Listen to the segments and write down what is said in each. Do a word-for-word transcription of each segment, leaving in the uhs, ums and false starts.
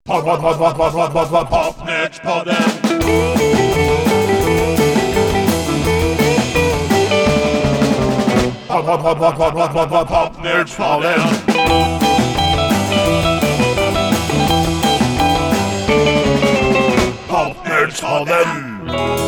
Pod, pod, pod, pod, pod, pod, pod, pod, Popnördspodden. Pod, pod, pod, pod, pod, pod, pod, pod, Popnördspodden. Popnördspodden.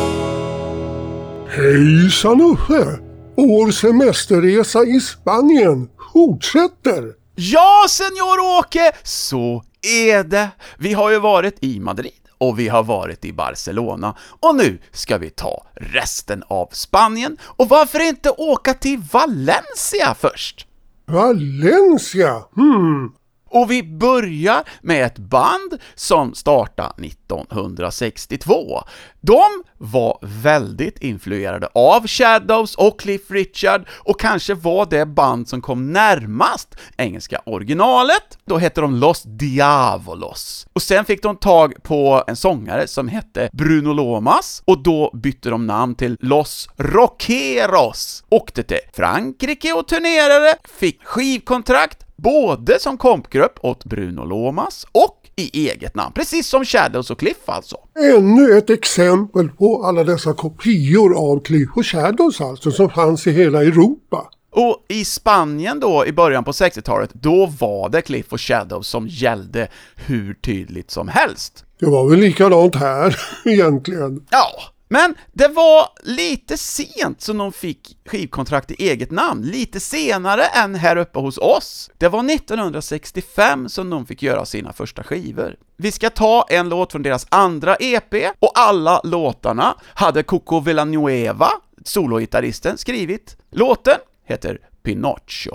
Hejsan Uffe! Vår semesterresa i Spanien fortsätter! Ja, senior Åke, så är det. Vi har ju varit i Madrid och vi har varit i Barcelona och nu ska vi ta resten av Spanien. Och varför inte åka till Valencia först? Valencia? Hmm. Och vi börjar med ett band som startade nittonhundrasextiotvå. De var väldigt influerade av Shadows och Cliff Richard och kanske var det band som kom närmast engelska originalet. Då hette de Los Diavolos. Och sen fick de tag på en sångare som hette Bruno Lomas och då bytte de namn till Los Rockeros. Åkte till Frankrike och turnerade, fick skivkontrakt både som kompgrupp åt Bruno Lomas och i eget namn, precis som Shadows och Cliff alltså. Ännu ett exempel på alla dessa kopior av Cliff och Shadows alltså som fanns i hela Europa. Och i Spanien då i början på sextiotalet, då var det Cliff och Shadows som gällde hur tydligt som helst. Det var väl likadant här egentligen. Ja, men det var lite sent som de fick skivkontrakt i eget namn. Lite senare än här uppe hos oss. Det var nittonhundrasextiofem som de fick göra sina första skivor. Vi ska ta en låt från deras andra E P. Och alla låtarna hade Coco Villanueva, sologitarristen, skrivit. Låten heter Pinocho.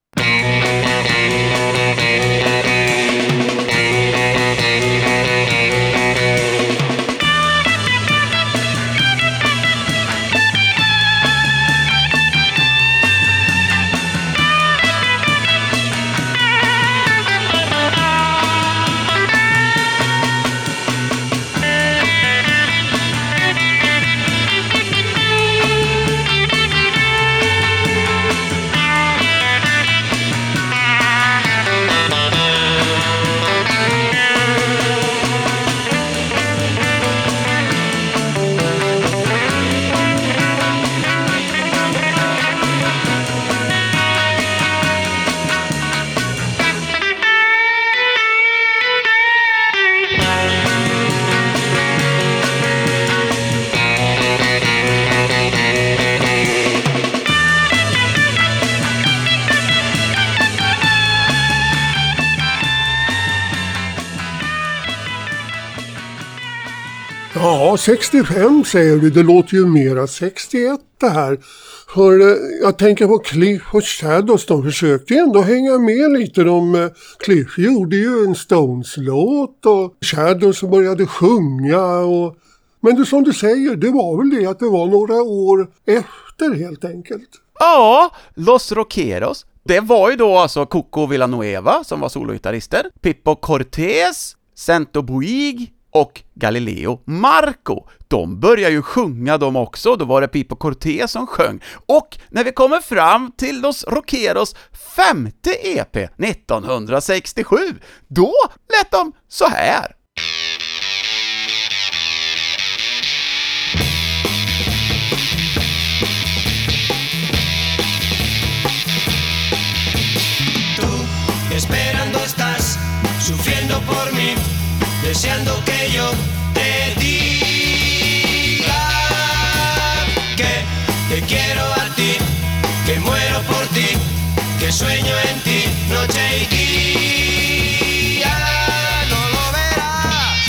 Ja, sextiofem säger du. Det låter ju mera sextioett det här. För eh, jag tänker på Cliff och Shadows. De försökte ju ändå hänga med lite. De, eh, Cliff gjorde ju en Stones-låt och Shadows började sjunga. Och... Men det, som du säger, det var väl det att det var några år efter helt enkelt. Ja, Los Rockeros. Det var ju då alltså Coco Villanueva som var sologitarrister. Pippo Cortés, Santo Boig och Galileo Marco. De börjar ju sjunga de också. Då var det Pippo Cortés som sjöng. Och när vi kommer fram till Los Rockeros femte E P nittonhundrasextiosju, då lät de så här. Esperando estás, sufriendo por mí, deseando que yo te diga que te quiero a ti, que muero por ti, que sueño en ti noche y día. No lo verás.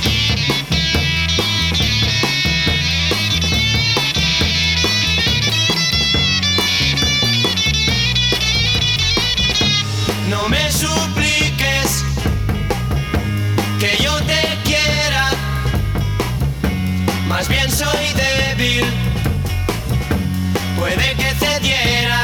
No me supliques que yo te quiera, más bien soy débil, puede que cediera.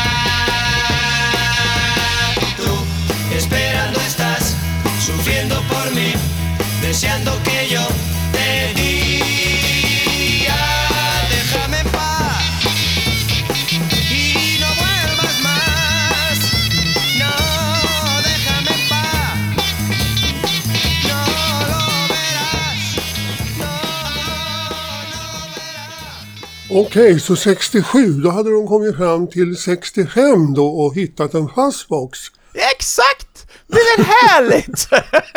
Tú esperando estás, sufriendo por mí, deseando que yo te diga déjame en paz y no vuelvas más. No, déjame en paz. No. Okej, så sextiosju, då hade de kommit fram till sextiofem då och hittat en fastbox. Exakt! Det är väl härligt!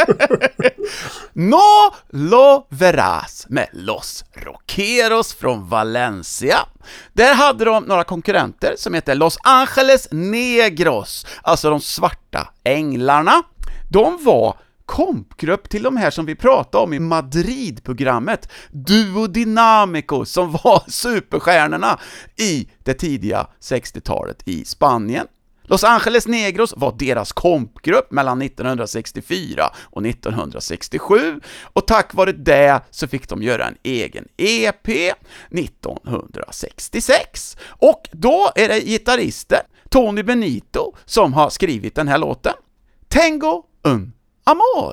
No lo verás med Los Rockeros från Valencia. Där hade de några konkurrenter som heter Los Angeles Negros, alltså de svarta änglarna. De var kompgrupp till de här som vi pratade om i Madrid-programmet, Duo Dinámico, som var superstjärnorna i det tidiga sextiotalet i Spanien. Los Angeles Negros var deras kompgrupp mellan nittonhundrasextiofyra och nittonhundrasextiosju, och tack vare det så fick de göra en egen E P nittonhundrasextiosex. Och då är det gitarristen Tony Benito som har skrivit den här låten, Tengo un amor.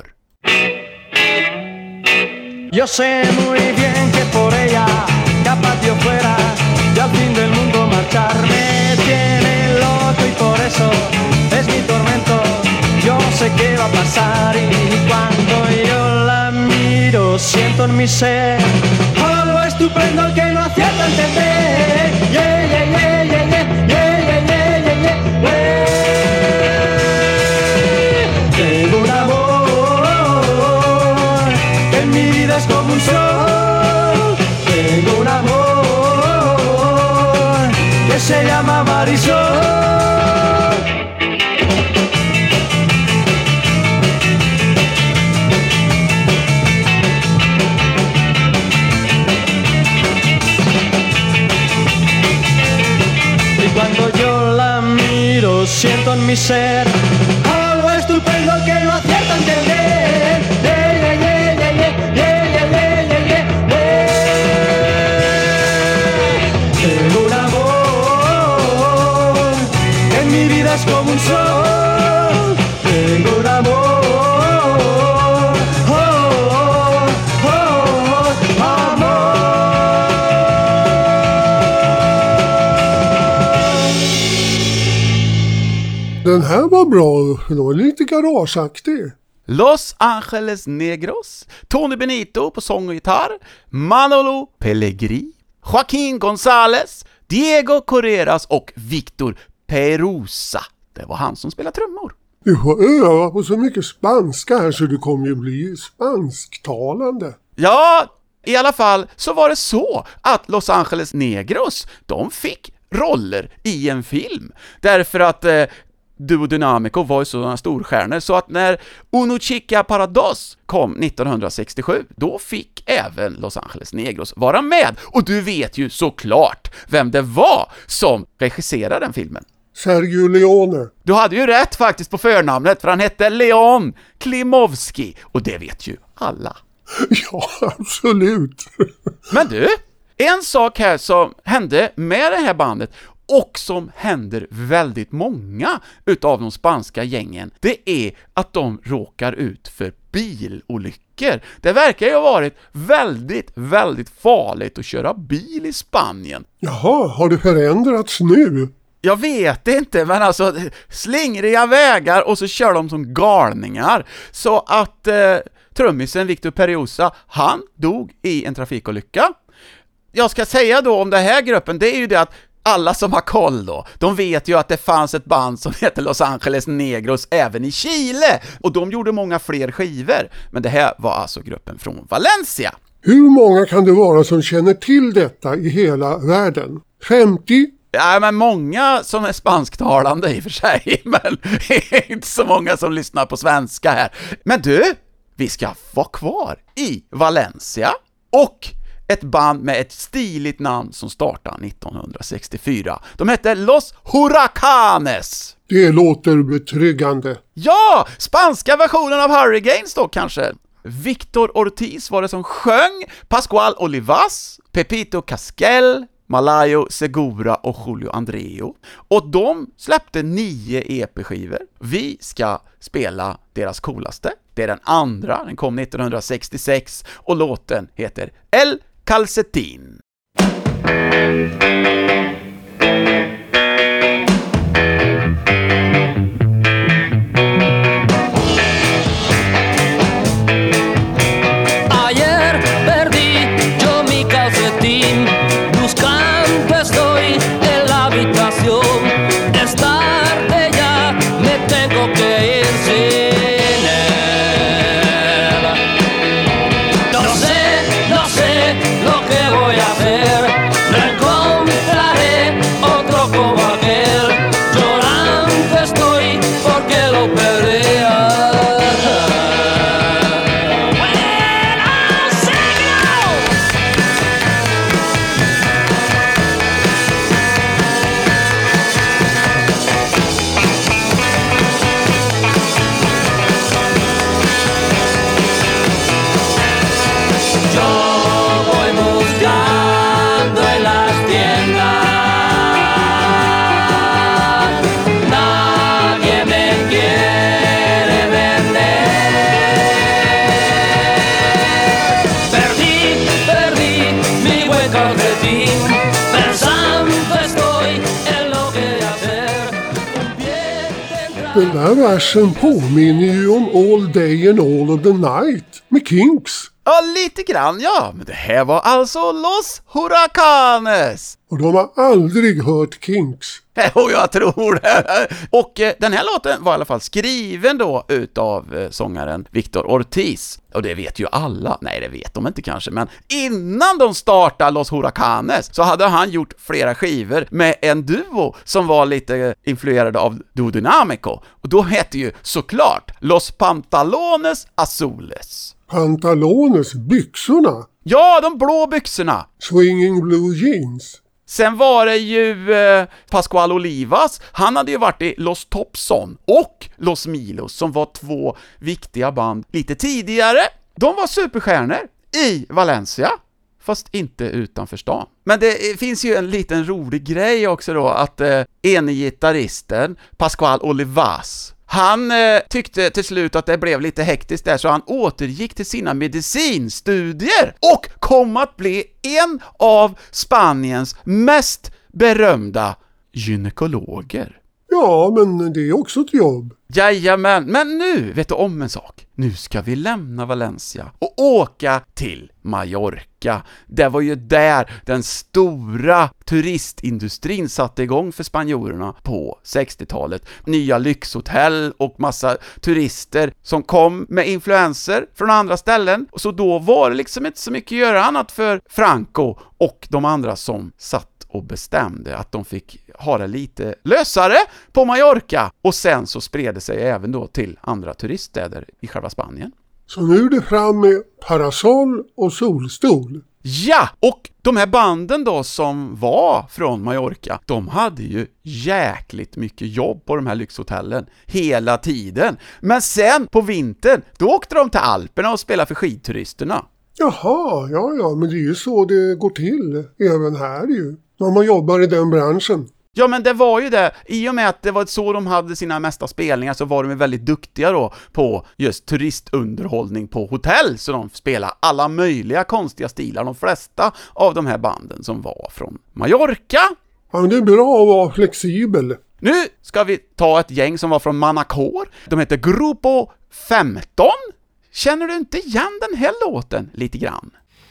Yo sé muy bien que por ella, capaz yo fuera, yo al fin del mundo marcharme, tiene loco y por eso es mi tormento. Yo sé qué va a pasar y cuando yo la miro siento en mi ser algo estupendo que no acierta a entender. Yeah, yeah, yeah, yeah, yeah, yeah, yeah, yeah, yeah, yeah. Tengo un amor que en mi vida es como un sol. Tengo un amor que se llama Marisol. Cuando yo la miro siento en mi ser algo estupendo que no acierta a entender. Yeah, yeah, yeah, yeah, yeah, yeah, yeah, yeah, yeah, yeah. Tengo un amor que en mi vida es como un sol. Tengo un amor. Oh, oh, oh, amor. Den här var bra, den var lite garageaktig. Los Angeles Negros, Tony Benito på sång och gitarr, Manolo Pellegrini, Joaquín González, Diego Correras och Victor Perusa. Det var han som spelade trummor. Du får öva på så mycket spanska här så du kommer ju bli spansktalande. Ja, i alla fall så var det så att Los Angeles Negros, de fick roller i en film. Därför att eh, Duo Dinámico var ju sådana storstjärnor så att när Una Chica para dos kom nittonhundrasextiosju, då fick även Los Angeles Negros vara med. Och du vet ju såklart vem det var som regisserade den filmen. Sergio Leone. Du hade ju rätt faktiskt på förnamnet, för han hette Leon Klimovsky, och det vet ju alla. Ja, absolut. Men du, en sak här som hände med det här bandet och som händer väldigt många utav de spanska gängen, det är att de råkar ut för bilolyckor. Det verkar ju ha varit väldigt, väldigt farligt att köra bil i Spanien. Jaha, har det förändrats nu? Jag vet inte, men alltså slingriga vägar och så kör de som galningar. Så att eh, trummisen Victor Perusa, han dog i en trafikolycka. Jag ska säga då om den här gruppen, det är ju det att alla som har koll då, de vet ju att det fanns ett band som heter Los Angeles Negros även i Chile. Och de gjorde många fler skivor. Men det här var alltså gruppen från Valencia. Hur många kan det vara som känner till detta i hela världen? femtio? Ja, men många som är spansktalande i och för sig. Men inte så många som lyssnar på svenska här. Men du, vi ska vara kvar i Valencia. Och ett band med ett stiligt namn som startade nittonhundrasextiofyra. De hette Los Huracanes. Det låter betryggande. Ja, spanska versionen av Hurricanes då kanske. Victor Ortiz var det som sjöng, Pascual Olivas, Pepito Casquel, Malayo Segura och Julio Andreu. Och de släppte nio E P-skivor. Vi ska spela deras coolaste. Det är den andra, den kom nittonhundrasextiosex och låten heter El Calcetín. Ayer perdí yo mi calcetín buscando Den där versen påminner ju om All Day and All of the Night med Kinks. Ja, lite grann, ja. Men det här var alltså Los Huracanes. Och de har aldrig hört Kinks. Och jag tror det. Och eh, den här låten var i alla fall skriven då utav eh, sångaren Victor Ortiz. Och det vet ju alla. Nej, det vet de inte kanske. Men innan de startade Los Huracanes så hade han gjort flera skivor med en duo som var lite influerade av Duo Dinámico. Och då hette ju såklart Los Pantalones Azules. Pantalones, byxorna. Ja, de blå byxorna. Swinging blue jeans. Sen var det ju eh, Pascual Olivas. Han hade ju varit i Los Topson och Los Milos som var två viktiga band lite tidigare. De var superstjärnor i Valencia, fast inte utanför stan. Men det finns ju en liten rolig grej också då, att eh, ene gitarristen Pascual Olivas, han eh, tyckte till slut att det blev lite hektiskt där, så han återgick till sina medicinstudier och kom att bli en av Spaniens mest berömda gynekologer. Ja, men det är också ett jobb. Jajamän, men nu vet du om en sak. Nu ska vi lämna Valencia och åka till Mallorca. Det var ju där den stora turistindustrin satte igång för spanjorerna på sextiotalet. Nya lyxhotell och massa turister som kom med influenser från andra ställen. Och så då var det liksom inte så mycket att göra annat för Franco och de andra som satt och bestämde att de fick ha det lite lösare på Mallorca. Och sen så spred det sig även då till andra turiststäder i själva Spanien. Så nu är det fram med parasoll och solstol. Ja, och de här banden då som var från Mallorca, de hade ju jäkligt mycket jobb på de här lyxhotellen hela tiden. Men sen på vintern, då åkte de till Alperna och spelade för skidturisterna. Jaha, ja ja, men det är ju så det går till även här ju. När man jobbar i den branschen. Ja, men det var ju det. I och med att det var så de hade sina mesta spelningar så var de väldigt duktiga då på just turistunderhållning på hotell. Så de spelade alla möjliga konstiga stilar. De flesta av de här banden som var från Mallorca. Ja, men det är bra att vara flexibel. Nu ska vi ta ett gäng som var från Manacor. De heter Grupo femton. Känner du inte igen den här låten lite grann?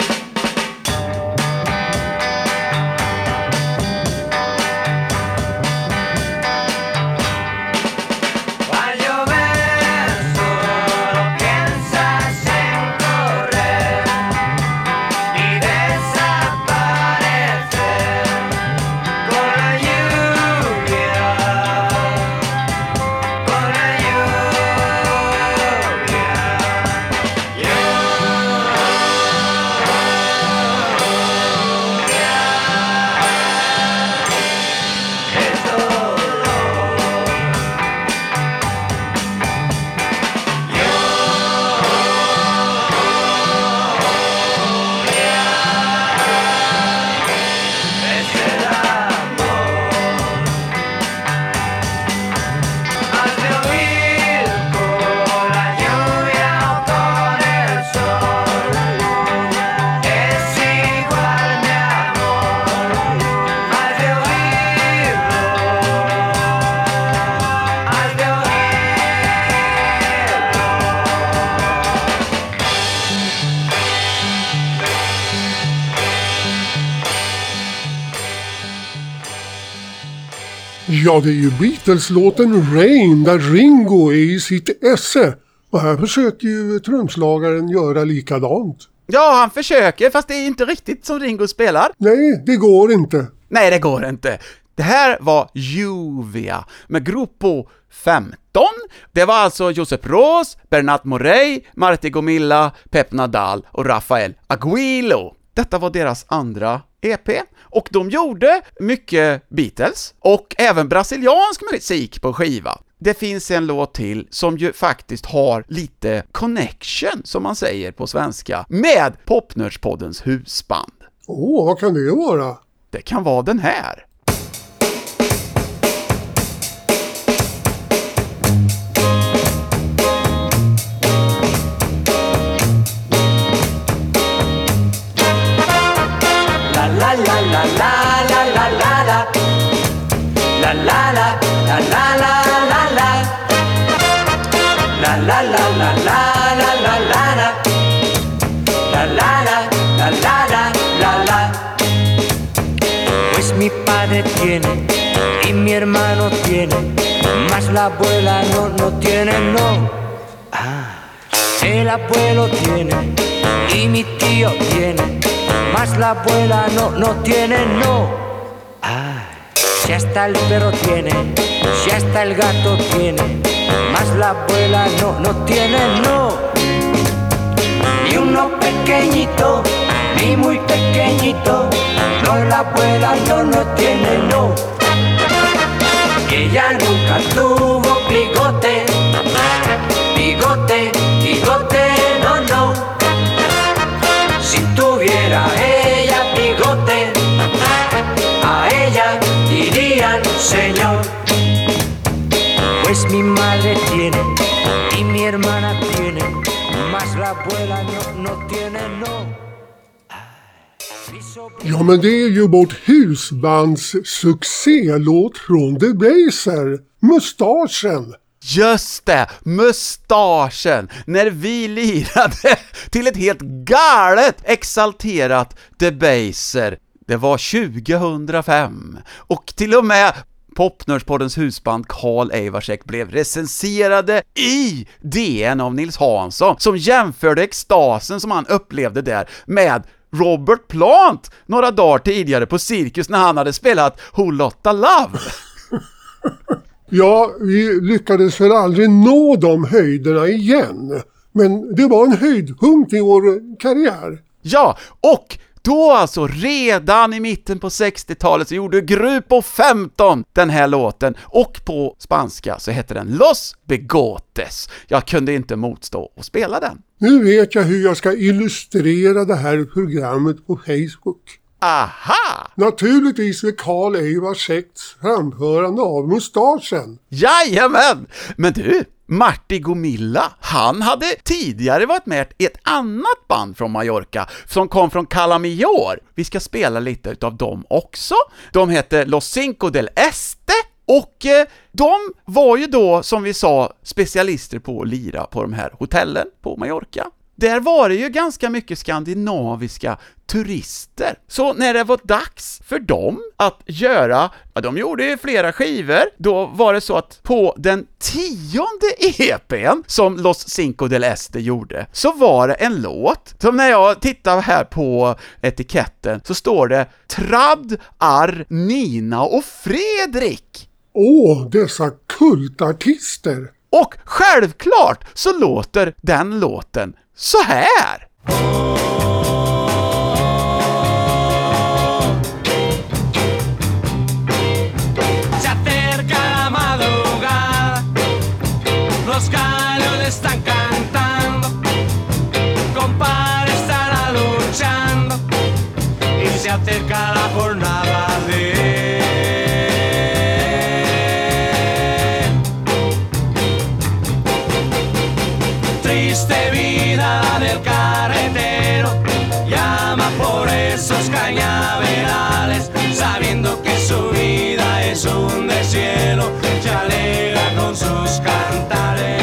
Ja, det är ju Beatles-låten Rain där Ringo är i sitt esse. Och här försöker ju trumslagaren göra likadant. Ja, han försöker, fast det är inte riktigt som Ringo spelar. Nej, det går inte. Nej, det går inte. Det här var Lluvia med Grupo femton. Det var alltså Josep Ros, Bernat Morey, Martí Gomilla, Pep Nadal och Rafael Aguilo. Detta var deras andra E P. Och de gjorde mycket Beatles och även brasiliansk musik på skiva. Det finns en låt till som ju faktiskt har lite connection, som man säger på svenska, med Popnördspoddens husband. Åh, oh, vad kan det vara? Det kan vara den här. La la la la la la la la la la la la la la la la madre tiene y mi hermano tiene, mas la abuela no, no tiene, no. Ah, el abuelo tiene y mi tío tiene, mas la abuela no, no tiene, no. Ah, si hasta el perro tiene, si hasta el gato tiene, mas la abuela no, no tiene, no. Ni uno pequeñito, ni muy pequeñito, no, la abuela no, no tiene, no. Ella nunca tuvo bigote, bigote, bigote, no, no. Si tuviera ella bigote, a ella dirían señor. Pues mi madre tiene y mi hermana tiene, mas la abuela no, no tiene, no. Ja, men det är ju vårt husbands succélåt från Debaser, Mustaschen. Just det, Mustaschen, när vi lirade till ett helt galet exalterat Debaser. Det var tjugohundrafem och till och med Popnördspoddens husband Carl Eivarsek blev recenserade i D N av Nils Hansson, som jämförde extasen som han upplevde där med Robert Plant några dagar tidigare på Cirkus när han hade spelat Whole Lotta Love. Ja, vi lyckades väl aldrig nå de höjderna igen. Men det var en höjdpunkt i vår karriär. Ja, och då alltså redan i mitten på sextiotalet så gjorde Grupo femton den här låten, och på spanska så heter den Los Bigotes. Jag kunde inte motstå och spela den. Nu vet jag hur jag ska illustrera det här programmet på Facebook. Aha! Naturligtvis med Carl Eivarseks framförande av Mustaschen. Jajamän! Men du, Marti Gomilla, han hade tidigare varit med i ett annat band från Mallorca som kom från Calamillor. Vi ska spela lite utav dem också. De heter Los Cinco del Este. Och eh, de var ju då, som vi sa, specialister på att lira på de här hotellen på Mallorca. Där var det ju ganska mycket skandinaviska turister. Så när det var dags för dem att göra, ja, de gjorde ju flera skivor, då var det så att på den tionde E P:n som Los Cinco del Este gjorde, så var det en låt som, när jag tittar här på etiketten, så står det Trad, Ar, Nina och Fredrik. Åh, dessa kultartister. Och självklart så låter den låten så här. Se acerca la madrugada, los gallos están cantando, compadre estará luchando y se acerca la jornada de triste vida del carretero, llama por esos cañaverales, sabiendo que su vida es un deshielo, se alegra con sus cantares.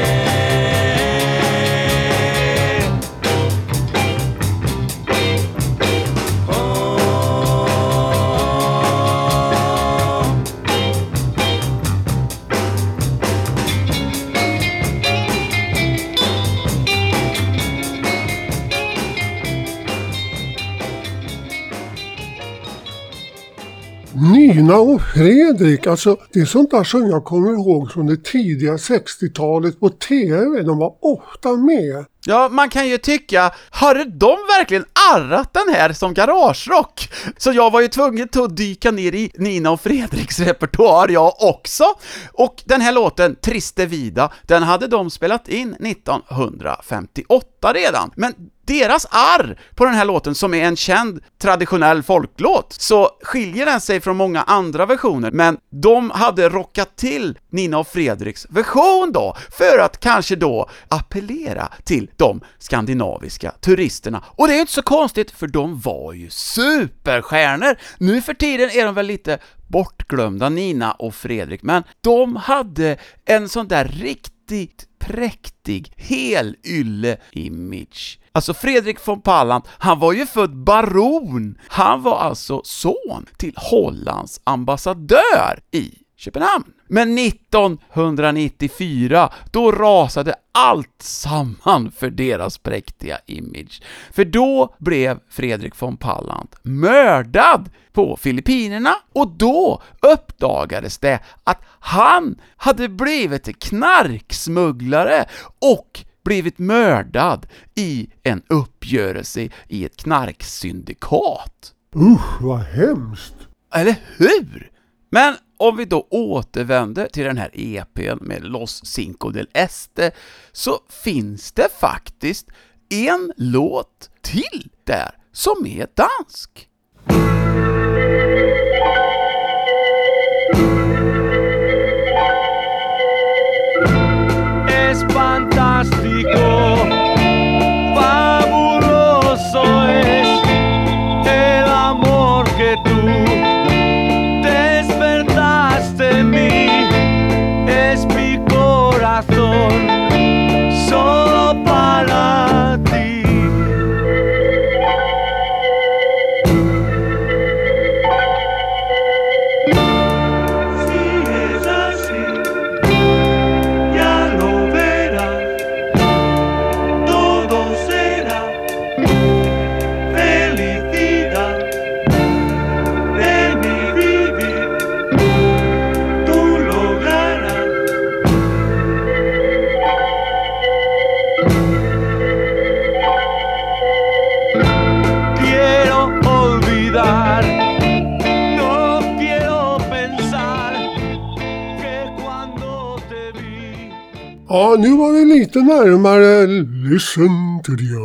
Nina och Fredrik, alltså det är sånt där som jag kommer ihåg från det tidiga sextiotalet på tv. De var ofta med. Ja, man kan ju tycka, har de verkligen arrat den här som garagerock? Så jag var ju tvungen att dyka ner i Nina och Fredriks repertoar jag också. Och den här låten, Triste Vida, den hade de spelat in nittonhundrafemtioåtta redan. Men deras arr på den här låten, som är en känd traditionell folklåt, så skiljer den sig från många andra versioner. Men de hade rockat till Nina och Fredriks version då, för att kanske då appellera till de skandinaviska turisterna. Och det är inte så konstigt, för de var ju superstjärnor. Nu för tiden är de väl lite bortglömda, Nina och Fredrik, men de hade en sån där riktig riktigt präktig helylle-image. Alltså Fredrik von Pallandt, han var ju född baron. Han var alltså son till Hollands ambassadör i Köpenhamn. Men nittonhundranittiofyra, då rasade allt samman för deras präktiga image. För då blev Fredrik von Pallandt mördad på Filippinerna, och då uppdagades det att han hade blivit knarksmugglare och blivit mördad i en uppgörelse i ett knarksyndikat. Usch, vad hemskt. Eller hur? Men om vi då återvänder till den här E P:n med Los Cinco del Este, så finns det faktiskt en låt till där som är dansk. Es fantástico, fabuloso es el amor que tú despertaste en mí, es mi corazón solo para ti. Si es así, ya lo verás, todo será felicidad de mi vivir, tú lograrás. Quiero olvidar, no quiero pensar que cuando te vi. Ja, nu var vi lite närmare Listen to the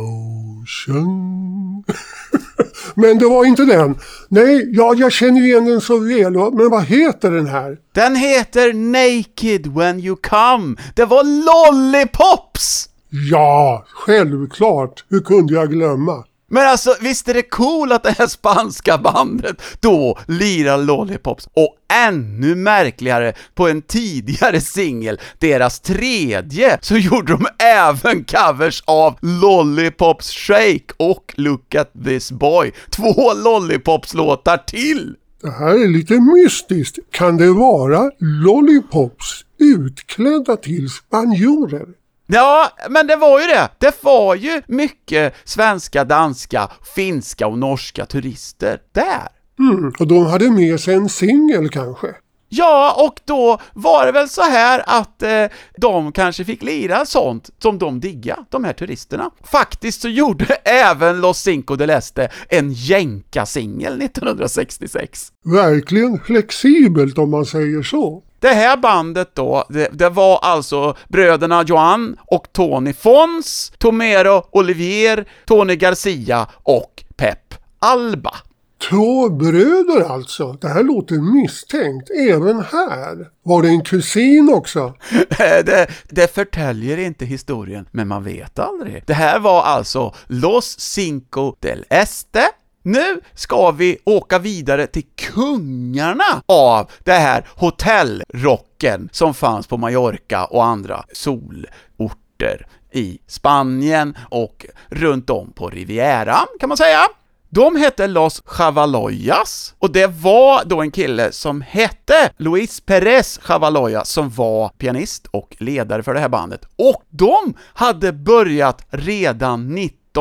Ocean. Men det var inte den. Nej, ja, jag känner igen den så väl. Men vad heter den här? Den heter Naked When You Come. Det var Lollipops! Ja, självklart. Hur kunde jag glömma? Men alltså, visst är det cool att det här spanska bandet då lirar Lollipops? Och ännu märkligare, på en tidigare singel, deras tredje, så gjorde de även covers av Lollipops Shake och Look at this boy. Två Lollipops-låtar till! Det här är lite mystiskt. Kan det vara Lollipops utklädda till spanjorer? Ja, men det var ju det. Det var ju mycket svenska, danska, finska och norska turister där. Mm, och de hade med sig en singel kanske. Ja, och då var det väl så här att eh, de kanske fick lira sånt som de digga, de här turisterna. Faktiskt så gjorde även Los Cinco del Este en jänka-singel nittonhundrasextiosex. Verkligen flexibelt om man säger så. Det här bandet då, det, det var alltså bröderna Joan och Tony Fons, Tomero Olivier, Tony Garcia och Pep Alba. Två bröder alltså. Det här låter misstänkt. Även här. Var det en kusin också? det, det förtäljer inte historien, men man vet aldrig. Det här var alltså Los Cinco del Este. Nu ska vi åka vidare till kungarna av det här hotellrocken som fanns på Mallorca och andra solorter i Spanien och runt om på Rivieran, kan man säga. De hette Los Chavaloyas, och det var då en kille som hette Luis Perez Chavaloya som var pianist och ledare för det här bandet. Och de hade börjat redan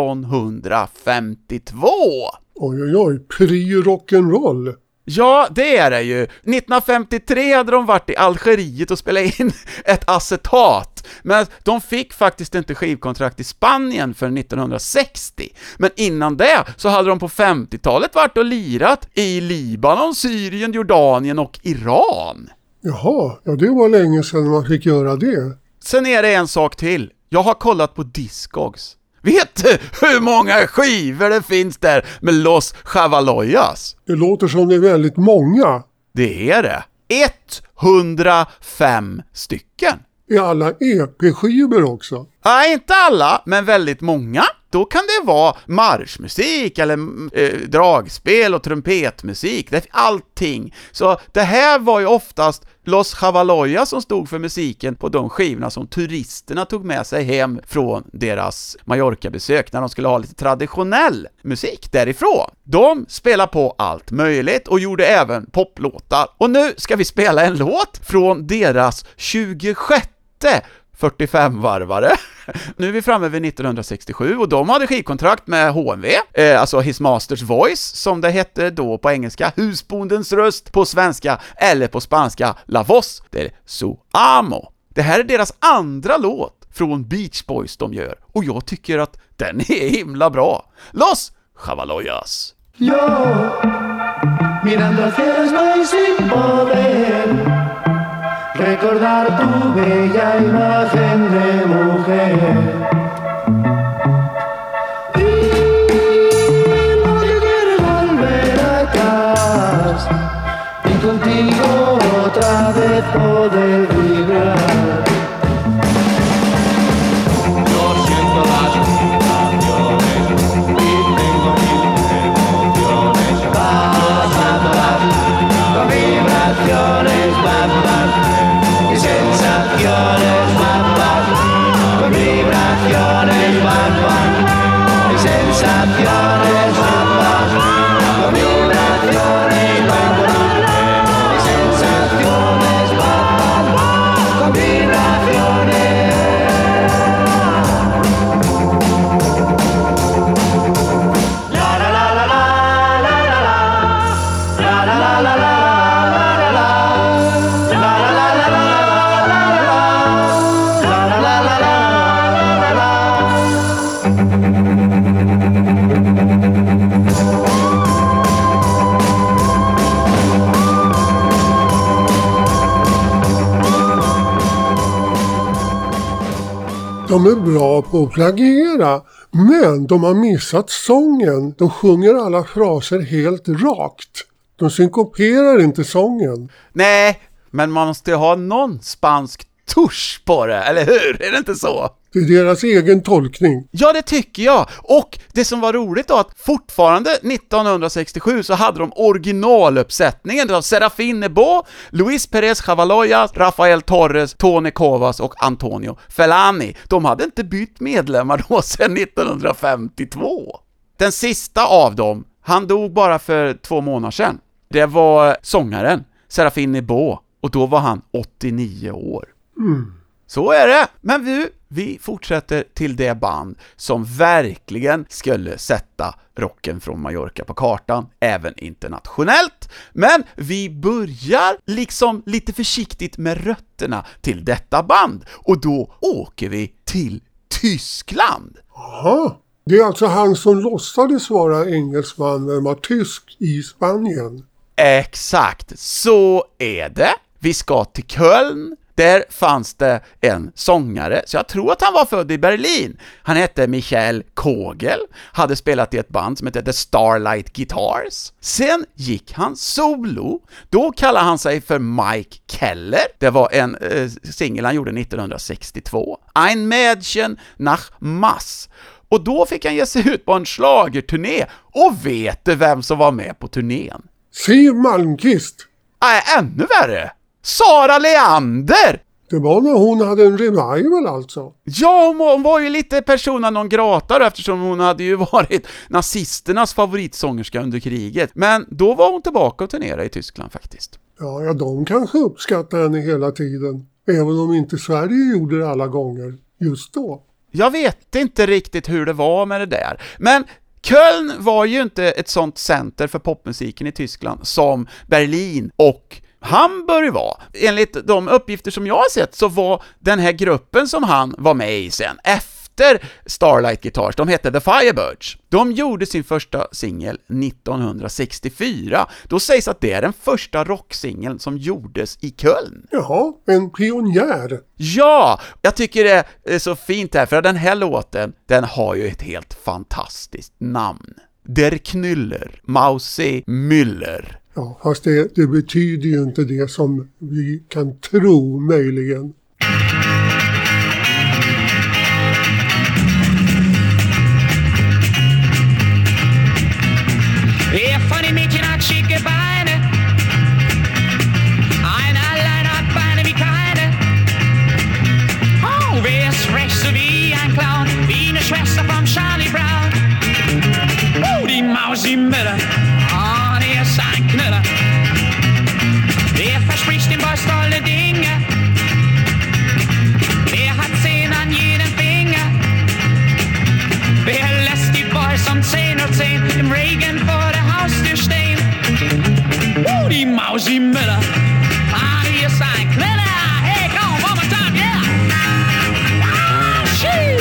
nittonhundrafemtiotvå. Oj, oj, oj. Pre-rock'n'roll. Ja, det är det ju. nittonhundrafemtiotre hade de varit i Algeriet och spelat in ett acetat. Men de fick faktiskt inte skivkontrakt i Spanien för nittonhundrasextio. Men innan det så hade de på femtiotalet varit och lirat i Libanon, Syrien, Jordanien och Iran. Jaha, ja det var länge sedan man fick göra det. Sen är det en sak till. Jag har kollat på Discogs. Vet du hur många skivor det finns där med Los Chavaloyas? Det låter som det är väldigt många. Det är det. etthundrafem stycken. I alla E P-skivor också. Nej, inte alla, men väldigt många. Då kan det vara marschmusik eller eh, dragspel och trumpetmusik. Det är allting. Så det här var ju oftast Los Chavaloyas som stod för musiken på de skivorna som turisterna tog med sig hem från deras Mallorca-besök när de skulle ha lite traditionell musik därifrån. De spelar på allt möjligt och gjorde även poplåtar. Och nu ska vi spela en låt från deras tjugosjätte fyrtiofem-varvare. Nu är vi framme vid nittonhundrasextiosju och de hade skivkontrakt med H M V, eh, alltså His Master's Voice som det hette då på engelska, husbondens röst på svenska, eller på spanska La Voz del Su Amo. Det här är deras andra låt från Beach Boys de gör och jag tycker att den är himla bra. Los Chavaloyas. Yo, mirando hacia el cielo sin poder recordar tu bella imagen de mujer. Y porque quiero volver atrás y contigo otra vez poder vibrar. Yo siento las vibraciones y tengo mil emociones. Pasando las con vibraciones, bam, bam. Sensaciones, bam, bam, con vibraciones, bam, bam, y sensaciones, bam, bam, con vibraciones, bam, bam, y sensaciones, bam, bam, con vibraciones. La la la la la la la la la la la la la. De är bra på att plagiera, men de har missat sången. De sjunger alla fraser helt rakt. De synkoperar inte sången. Nej, men man måste ha någon spansk tusch på det, eller hur? Är det inte så? Det är deras egen tolkning. Ja, det tycker jag. Och det som var roligt då, att fortfarande nittonhundrasextiosju så hade de originaluppsättningen av Serafín Nebot, Luis Pérez Chavaloyas, Rafael Torres, Tony Covas och Antonio Felani. De hade inte bytt medlemmar då sedan nittonhundrafemtiotvå. Den sista av dem, han dog bara för två månader sedan. Det var sångaren Serafín Nebot och då var han åttionio år. Mm. Så är det. Men vi, vi fortsätter till det band som verkligen skulle sätta rocken från Mallorca på kartan, även internationellt. Men vi börjar liksom lite försiktigt med rötterna till detta band. Och då åker vi till Tyskland. Aha. Det är alltså han som låtsades vara engelsman men var tysk i Spanien. Exakt, så är det. Vi ska till Köln. Där fanns det en sångare, så jag tror att han var född i Berlin. Han hette Michael Kogel, hade spelat i ett band som hette The Starlight Guitars. Sen gick han solo. Då kallade han sig för Mike Keller. Det var en eh, singel han gjorde nittonhundrasextiotvå. Ein Mädchen nach Mass. Och då fick han ge sig ut på en schlagerturné. Och vet du vem som var med på turnén? Siw Malmkvist. Nej, ännu värre. Sara Leander! Det var när hon hade en revival alltså. Ja, hon var ju lite persona non grata eftersom hon hade ju varit nazisternas favoritsångerska under kriget. Men då var hon tillbaka och turnerade i Tyskland faktiskt. Ja, ja, de kanske uppskattar henne hela tiden. Även om inte Sverige gjorde det alla gånger just då. Jag vet inte riktigt hur det var med det där. Men Köln var ju inte ett sånt center för popmusiken i Tyskland som Berlin och Hamburg var. Enligt de uppgifter som jag har sett så var den här gruppen som han var med i sen efter Starlight Guitars, de hette The Firebirds. De gjorde sin första singel nittonhundrasextiofyra. Då sägs att det är den första rocksingeln som gjordes i Köln. Jaha, en pionjär. Ja, jag tycker det är så fint här för den här låten, den har ju ett helt fantastiskt namn. Der Knüller, Mausi Müller. Ja, fast det, det betyder ju inte det som vi kan tro möjligen. som zehn und zehn im Regen vor der Haustür stehen. Uh, die Mausi Müller, ah, die ist ein Knaller. Hey, komm, one more time, yeah! Ah, shoo!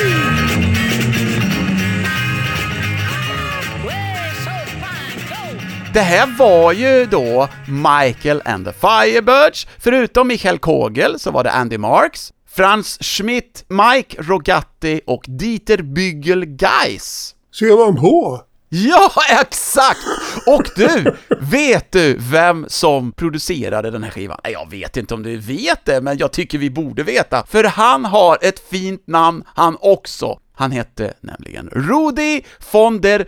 Way so fine, go! Det här var ju då Michael and the Firebirds. Förutom Michael Kogel så var det Andy Marks, Franz Schmidt, Mike Rogatti och Dieter Bügel-Geis. Ser man på? Ja, exakt! Och du, vet du vem som producerade den här skivan? Nej, jag vet inte om du vet det, men jag tycker vi borde veta. För han har ett fint namn, han också. Han hette nämligen Rudi von der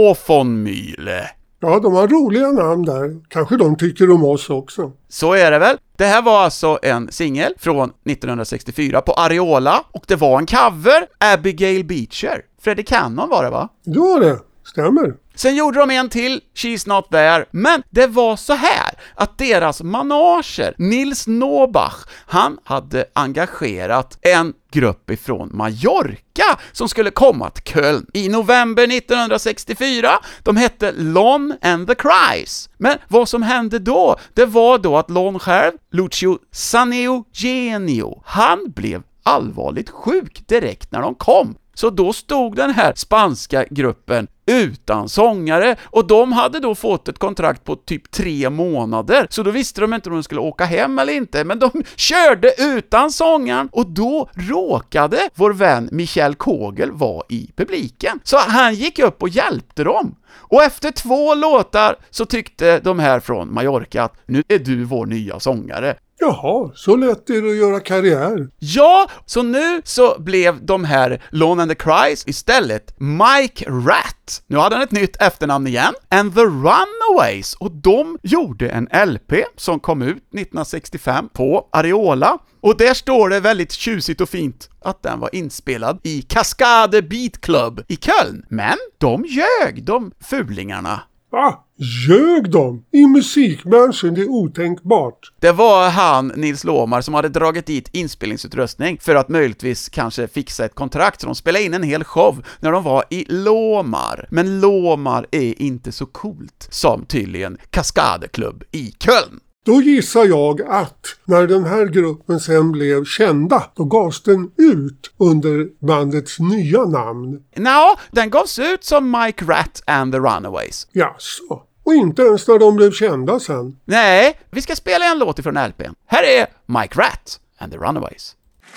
Dovenmühle. Ja, de har roliga namn där. Kanske de tycker om oss också. Så är det väl. Det här var alltså en singel från nittonhundrasextiofyra på Ariola, och det var en cover, Abigail Beecher. Freddie Cannon var det, va? Det var det, stämmer. Sen gjorde de en till, She's Not There, men det var så här att deras manager, Nils Nobach, han hade engagerat en grupp ifrån Mallorca som skulle komma till Köln i november nittonhundrasextiofyra. De hette Lon and the Cries. Men vad som hände då, det var då att Lon själv, Lucio Saneo Genio, han blev allvarligt sjuk direkt när de kom. Så då stod den här spanska gruppen utan sångare, och de hade då fått ett kontrakt på typ tre månader, så då visste de inte om de skulle åka hem eller inte, men de körde utan sångaren, och då råkade vår vän Michael Kogel vara i publiken. Så han gick upp och hjälpte dem. Och efter två låtar så tyckte de här från Mallorca att nu är du vår nya sångare. Jaha, så lätt är det att göra karriär. Ja, så nu så blev de här Lon and the Cries istället Mike Rat. Nu hade han ett nytt efternamn igen. And the Runaways. Och de gjorde en L P som kom ut nittonhundrasextiofem på Ariola. Och där står det väldigt tjusigt och fint att den var inspelad i Cascade Beat Club i Köln. Men de ljög, de fulingarna. Va? Ljög de? I musikbranschen, det är otänkbart. Det var han, Nils Lomar, som hade dragit dit inspelningsutrustning för att möjligtvis kanske fixa ett kontrakt. Så de spelade in en hel show när de var i Lomar. Men Lomar är inte så coolt som tydligen Cascade Club i Köln. Då gissar jag att när den här gruppen sen blev kända, då gavs den ut under bandets nya namn. Nå, den gavs ut som Mike Rat and the Runaways. Jaså, och inte ens när de blev kända sen. Nej, vi ska spela en låt ifrån L P:n. Här är Mike Rat and the Runaways.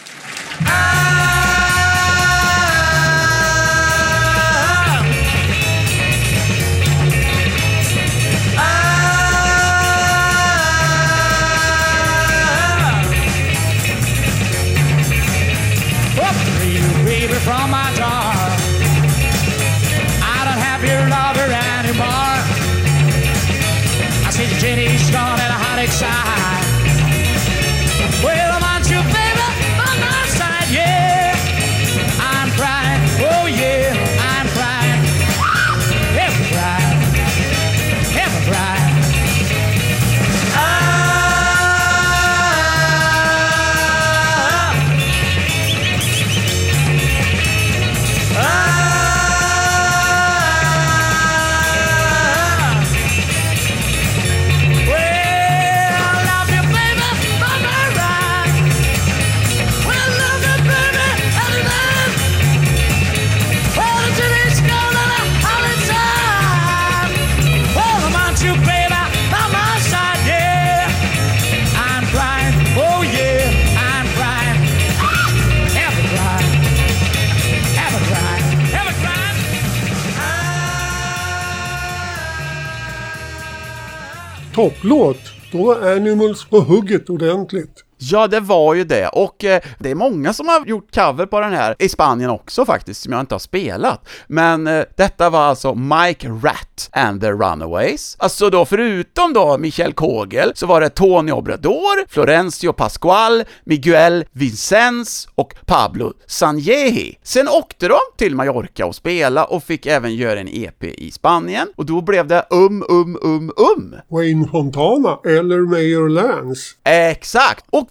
From my jar, I don't have your lover anymore. I see the Jenny's gone and a hot side. Well, I want you, baby, on my side, yeah. I'm crying, oh yeah, I'm crying. Ever crying, ever crying. Topplåt, då var Animals på hugget ordentligt. Ja, det var ju det, och eh, det är många som har gjort cover på den här i Spanien också faktiskt, som jag inte har spelat. Men eh, detta var alltså Mike Rat and the Runaways. Alltså då, förutom då Michael Kogel, så var det Tony Obrador, Florencio Pascual, Miguel Vicens och Pablo Sanjehi. Sen åkte de till Mallorca och spela och fick även göra en E P i Spanien, och då blev det um, um, um, um. Wayne Fontana eller Mayor Lance. Exakt, och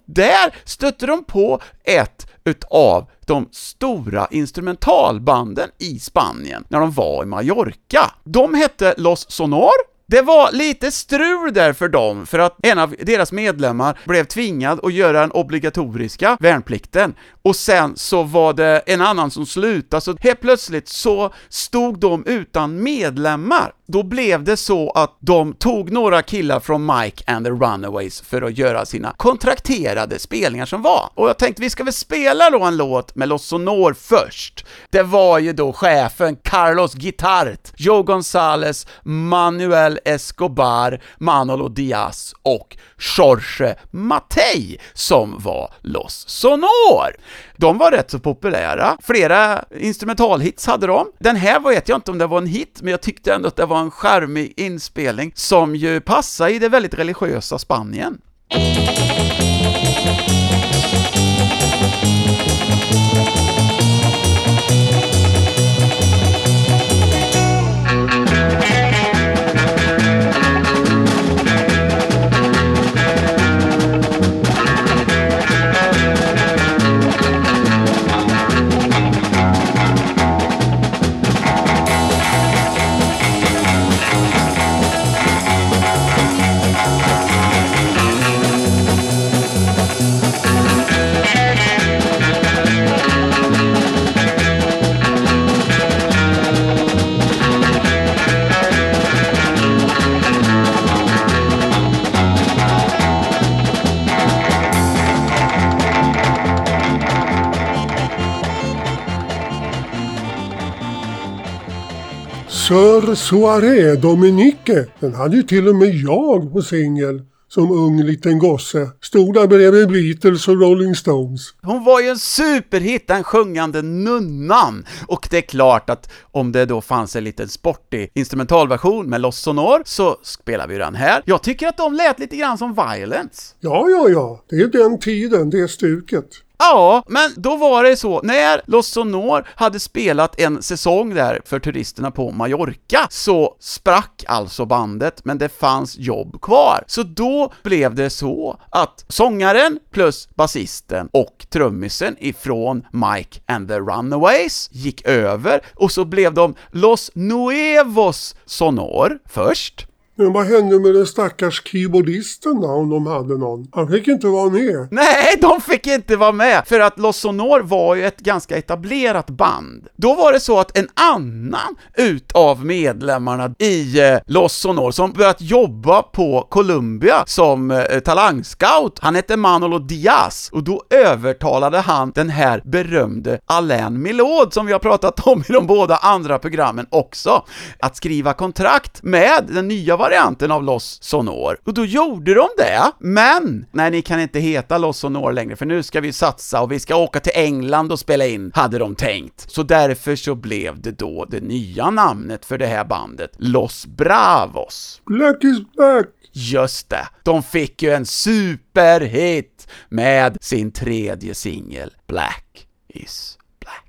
där stötte de på ett utav de stora instrumentalbanden i Spanien när de var i Mallorca. De hette Los Sonor. Det var lite strul där för dem, för att en av deras medlemmar blev tvingad att göra den obligatoriska värnplikten, och sen så var det en annan som slutade, så helt plötsligt så stod de utan medlemmar. Då blev det så att de tog några killar från Mike and the Runaways för att göra sina kontrakterade spelningar som var. Och jag tänkte vi ska väl spela då en låt med Los Sonor först. Det var ju då chefen Carlos Guitart, Joe González, Manuel Escobar, Manolo Diaz och Jorge Matei som var Los Sonor. De var rätt så populära. Flera instrumentalhits hade de. Den här vet jag inte om det var en hit, men jag tyckte ändå att det var en charmig inspelning som ju passar i det väldigt religiösa Spanien. Sir Soirée Dominique, den hade ju till och med jag på singel som ung liten gosse. Stod där bredvid Beatles och Rolling Stones. Hon var ju en superhit, den sjungande nunnan. Och det är klart att om det då fanns en liten sportig instrumentalversion med Los Sonor så spelar vi den här. Jag tycker att de lät lite grann som Violence. Ja, ja, ja. Det är den tiden, det är stuket. Ja, men då var det så, när Los Sonor hade spelat en säsong där för turisterna på Mallorca så sprack alltså bandet, men det fanns jobb kvar. Så då blev det så att sångaren plus basisten och trummisen ifrån Mike and the Runaways gick över och så blev de Los Nuevos Sonor först. Men vad hände med den stackars keyboardisten då, om de hade någon? Han fick inte vara med. Nej, de fick inte vara med. För att Los Sonor var ju ett ganska etablerat band. Då var det så att en annan utav medlemmarna i eh, Los Sonor som börjat jobba på Columbia som eh, talangscout, han hette Manolo Diaz. Och då övertalade han den här berömde Alain Milhaud som vi har pratat om i de båda andra programmen också, att skriva kontrakt med den nya varianten av Los Sonor. Och då gjorde de det. Men, nej, ni kan inte heta Los Sonor längre, för nu ska vi satsa och vi ska åka till England och spela in, hade de tänkt. Så därför så blev det då det nya namnet för det här bandet, Los Bravos. Black is black. Just det. De fick ju en superhit med sin tredje singel, Black is Black.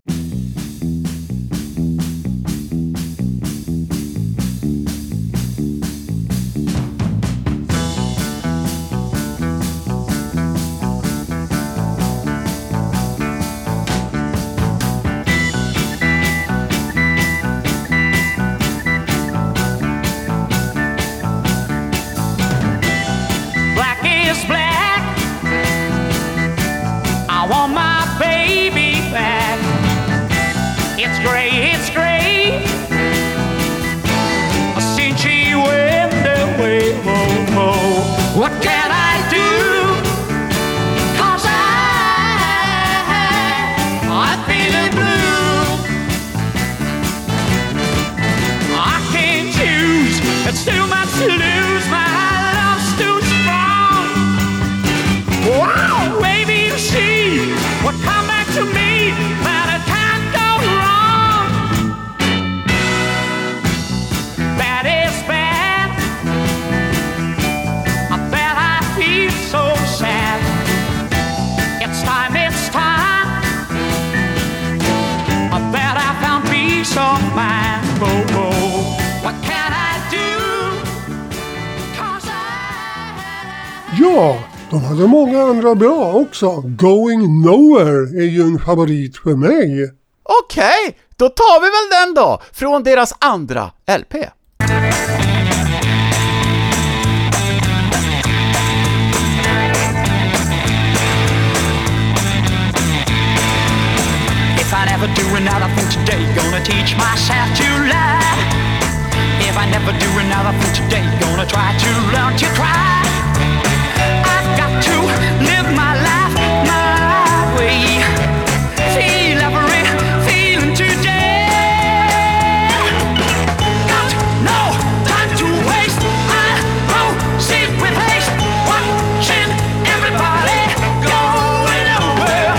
What can I do? Cause I, I'm feeling blue. I can't choose, it's too much to lose. My love's too strong. Wow, baby, you see what come back to me, that it can't go wrong. That is bad. So sad. It's time, it's time that I found peace of mind. Oh, oh. What can I do? 'Cause I... Ja, De hade många andra bra också. Going Nowhere är ju en favorit för mig. Okej, okay, då tar vi väl den då, från deras andra L P. If I never do another thing today, gonna teach myself to lie. If I never do another thing today, gonna try to learn to cry. I've got to live my life my way. Feel every feeling today. Got no time to waste. I proceed with haste, watching everybody going nowhere.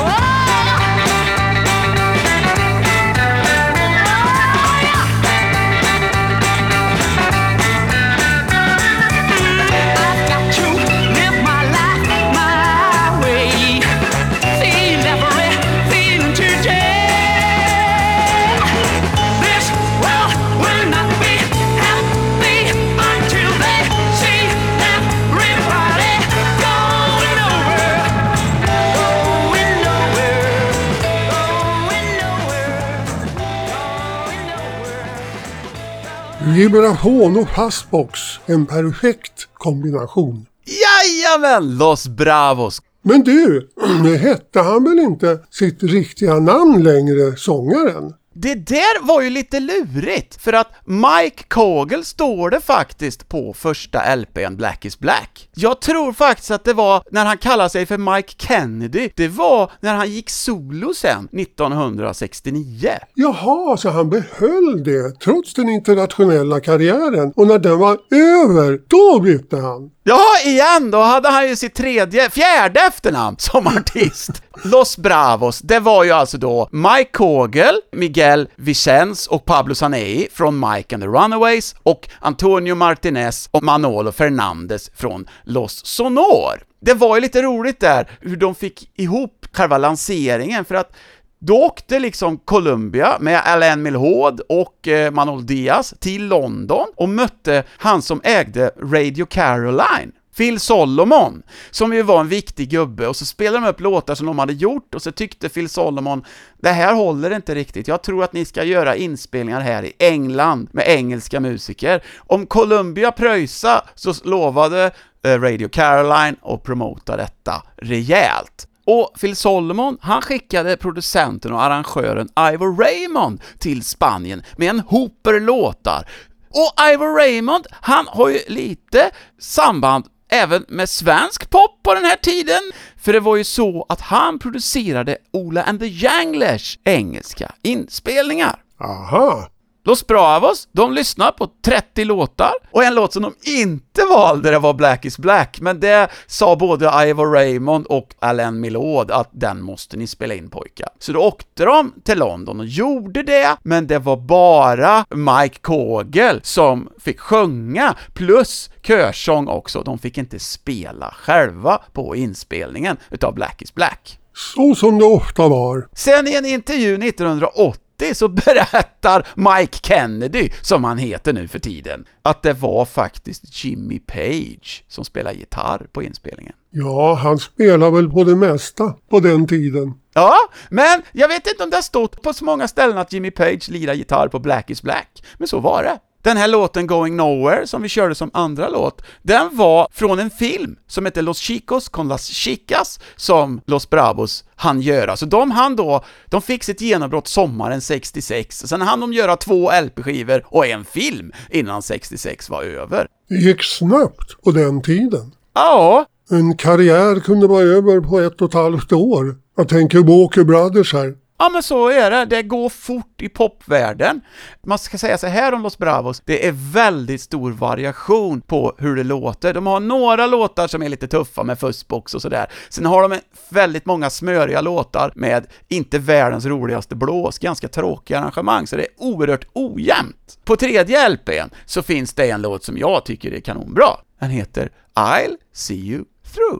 Vibrafon och fastbox, en perfekt kombination. Jajamän, Los Bravos. Men du, hette han väl inte sitt riktiga namn längre, sångaren? Det där var ju lite lurigt, för att Mike Kogel står det faktiskt på första L P:n Black is Black. Jag tror faktiskt att det var när han kallade sig för Mike Kennedy. Det var när han gick solo sen, nittonhundrasextionio. Jaha, så han behöll det trots den internationella karriären. Och när den var över, då bytte han. Ja, igen, då hade han ju sitt tredje, fjärde efternamn som artist. Los Bravos, det var ju alltså då Mike Kogel, Miguel Vicens och Pablo Sanei från Mike and the Runaways och Antonio Martinez och Manolo Fernandez från Los Sonor. Det var ju lite roligt där hur de fick ihop själva lanseringen, för att då åkte liksom Columbia med Alain Milhaud och eh, Manolo Diaz till London och mötte han som ägde Radio Caroline, Phil Solomon, som ju var en viktig gubbe, och så spelade de upp låtar som de hade gjort, och så tyckte Phil Solomon, det här håller inte riktigt, jag tror att ni ska göra inspelningar här i England med engelska musiker. Om Columbia pröjsa så lovade eh, Radio Caroline att promota detta rejält. Och Phil Solomon, han skickade producenten och arrangören Ivor Raymond till Spanien med en hoper låtar. Och Ivor Raymond, han har ju lite samband även med svensk pop på den här tiden. För det var ju så att han producerade Ola and the Janglers engelska inspelningar. Aha. Los Bravos, de lyssnar på trettio låtar, och en låt som de inte valde, det var Black is Black, men det sa både Ivor Raymond och Alain Milhaud att den måste ni spela in, pojkar. Så då åkte de till London och gjorde det, men det var bara Mike Kogel som fick sjunga, plus körsång också. De fick inte spela själva på inspelningen utav Black is Black. Så som det ofta var. Sen i en intervju nittonhundraåttio så berättar Mike Kennedy, som han heter nu för tiden, att det var faktiskt Jimmy Page som spelade gitarr på inspelningen. Ja, han spelar väl på det mesta på den tiden. Ja, men jag vet inte om det har stått på så många ställen att Jimmy Page lirar gitarr på Black is Black, men så var det. Den här låten Going Nowhere som vi körde som andra låt, den var från en film som heter Los Chicos con las Chicas, som Los Bravos hann göra. Så de hann då, de fick sitt genombrott sommaren sextiosex. Sen hann de göra två L P-skivor och en film innan sextiosex var över. Det gick snabbt på den tiden. Ja. En karriär kunde vara över på ett och ett halvt år. Jag tänker Walker Brothers här. Ja, men så är det. Det går fort i popvärlden. Man ska säga så här om Los Bravos. Det är väldigt stor variation på hur det låter. De har några låtar som är lite tuffa med fuzzbox och sådär. Sen har de väldigt många smöriga låtar med inte världens roligaste blås. Ganska tråkiga arrangemang. Så det är oerhört ojämnt. På tredje L P:n så finns det en låt som jag tycker är kanonbra. Den heter I'll See You Through.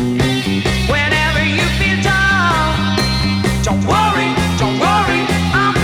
Don't worry, don't worry, I'm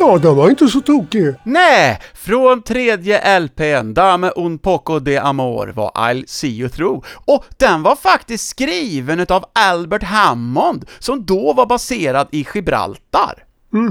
Ja, den var inte så tokig. Nej, från tredje L P:n Dame un poco de amor var I'll see you through. Och den var faktiskt skriven utav Albert Hammond, som då var baserad i Gibraltar.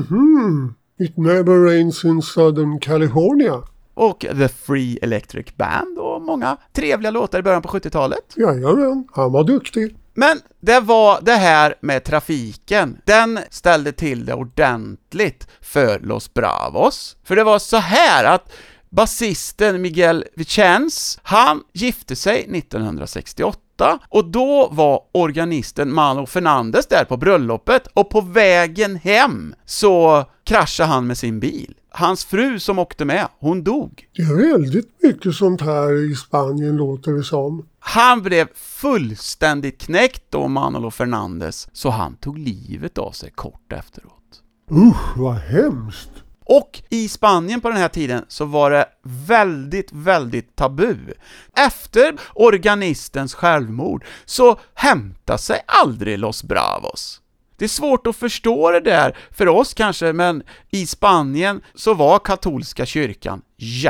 Mhm. It never rains in Southern California. Och The Free Electric Band och många trevliga låtar i början på sjuttiotalet. Jajamän, han var duktig. Men det var det här med trafiken. Den ställde till det ordentligt för Los Bravos. För det var så här att basisten Miguel Vicens, han gifte sig nittonhundrasextioåtta och då var organisten Mano Fernandez där på bröllopet, och på vägen hem så kraschade han med sin bil. Hans fru som åkte med, hon dog. Det är väldigt mycket sånt här i Spanien, låter det som. Han blev fullständigt knäckt då, Manolo Fernandez, så han tog livet av sig kort efteråt. Usch, vad hemskt. Och i Spanien på den här tiden så var det väldigt, väldigt tabu. Efter organistens självmord så hämtade sig aldrig Los Bravos. Det är svårt att förstå det där för oss kanske, men i Spanien så var katolska kyrkan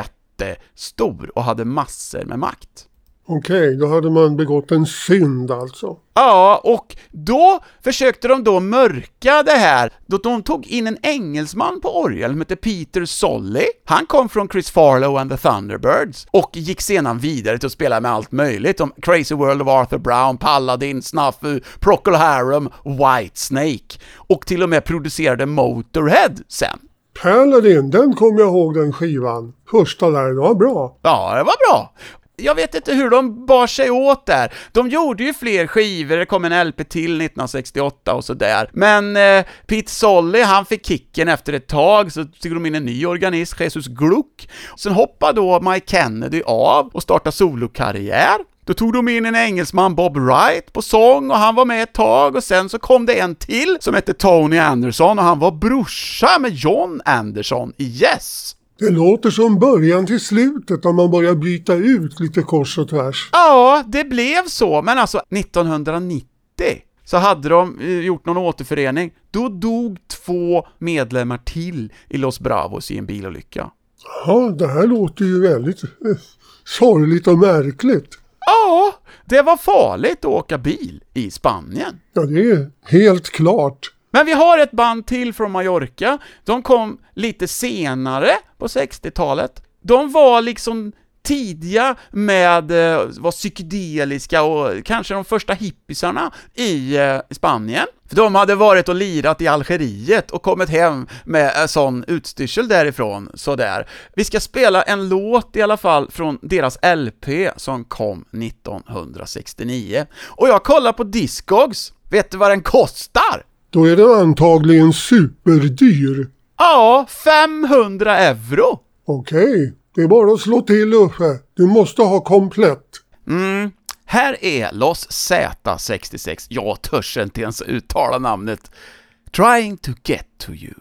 jättestor och hade massor med makt. Okej, då hade man begått en synd alltså. Ja, och då försökte de då mörka det här. Då de tog in en engelsman på orgel som heter Peter Solly. Han kom från Chris Farlowe and the Thunderbirds och gick sedan vidare till att spela med allt möjligt, om Crazy World of Arthur Brown, Paladin, Snuffy, Procol Harum, Whitesnake, och till och med producerade Motorhead sen. Paladin, den kommer jag ihåg, den skivan. Första där, det var bra. Ja, det var bra. Jag vet inte hur de bar sig åt där. De gjorde ju fler skivor, det kom en L P till nittonhundrasextioåtta och sådär. Men eh, Pete Solly, han fick kicken efter ett tag, så tog de in en ny organist, Jesus Gluck. Sen hoppade då Mike Kennedy av och startade solokarriär. Då tog de in en engelsman, Bob Wright, på sång, och han var med ett tag, och sen så kom det en till som hette Tony Anderson, och han var brorsa med John Anderson i Yes. Det låter som början till slutet om man börjar byta ut lite kors och tvärs. Ja, det blev så. Men alltså nittonhundranittio så hade de gjort någon återförening. Då dog två medlemmar till i Los Bravos i en bilolycka. Ja, det här låter ju väldigt eh, sorgligt och märkligt. Ja, det var farligt att åka bil i Spanien. Ja, det är helt klart. Men vi har ett band till från Mallorca. De kom lite senare på sextiotalet. De var liksom tidiga med, var psykedeliska och kanske de första hippisarna i eh, Spanien. För de hade varit och lirat i Algeriet och kommit hem med en sån utstyrsel därifrån. Sådär. Vi ska spela en låt i alla fall från deras L P som kom nittonhundrasextionio. Och jag kollar på Discogs. Vet du vad den kostar? Då är den antagligen superdyr. Ja, femhundra euro. Okej, det är bara att slå till Uffe. Du måste ha komplett. Mm. Här är Los Z sextiosex. Jag törs inte ens uttala namnet. Trying to get to you.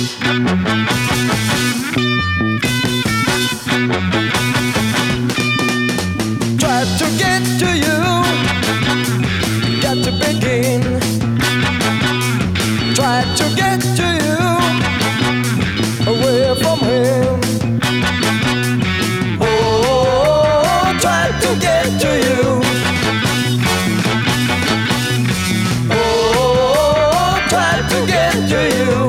Try to get to you, got to begin. Try to get to you, away from him. Oh, try to get to you. Oh, try to get to you.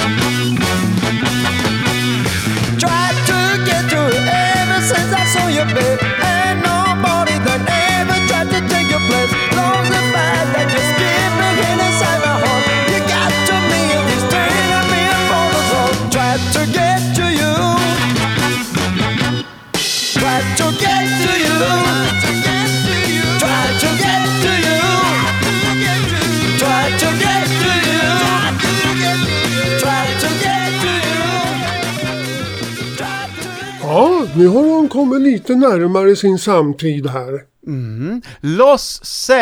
Try to get to you ever since I saw you, babe. Ain't nobody that ever tried to take your place. Love's the fact that you're skipping in inside my heart. You got to me and this train of me and all the soul. Try to get to you. Try to get to you. Try to get to you. Try to get to you. Try to get to you. Ja, nu har de kommit lite närmare sin samtid här. Mm. Los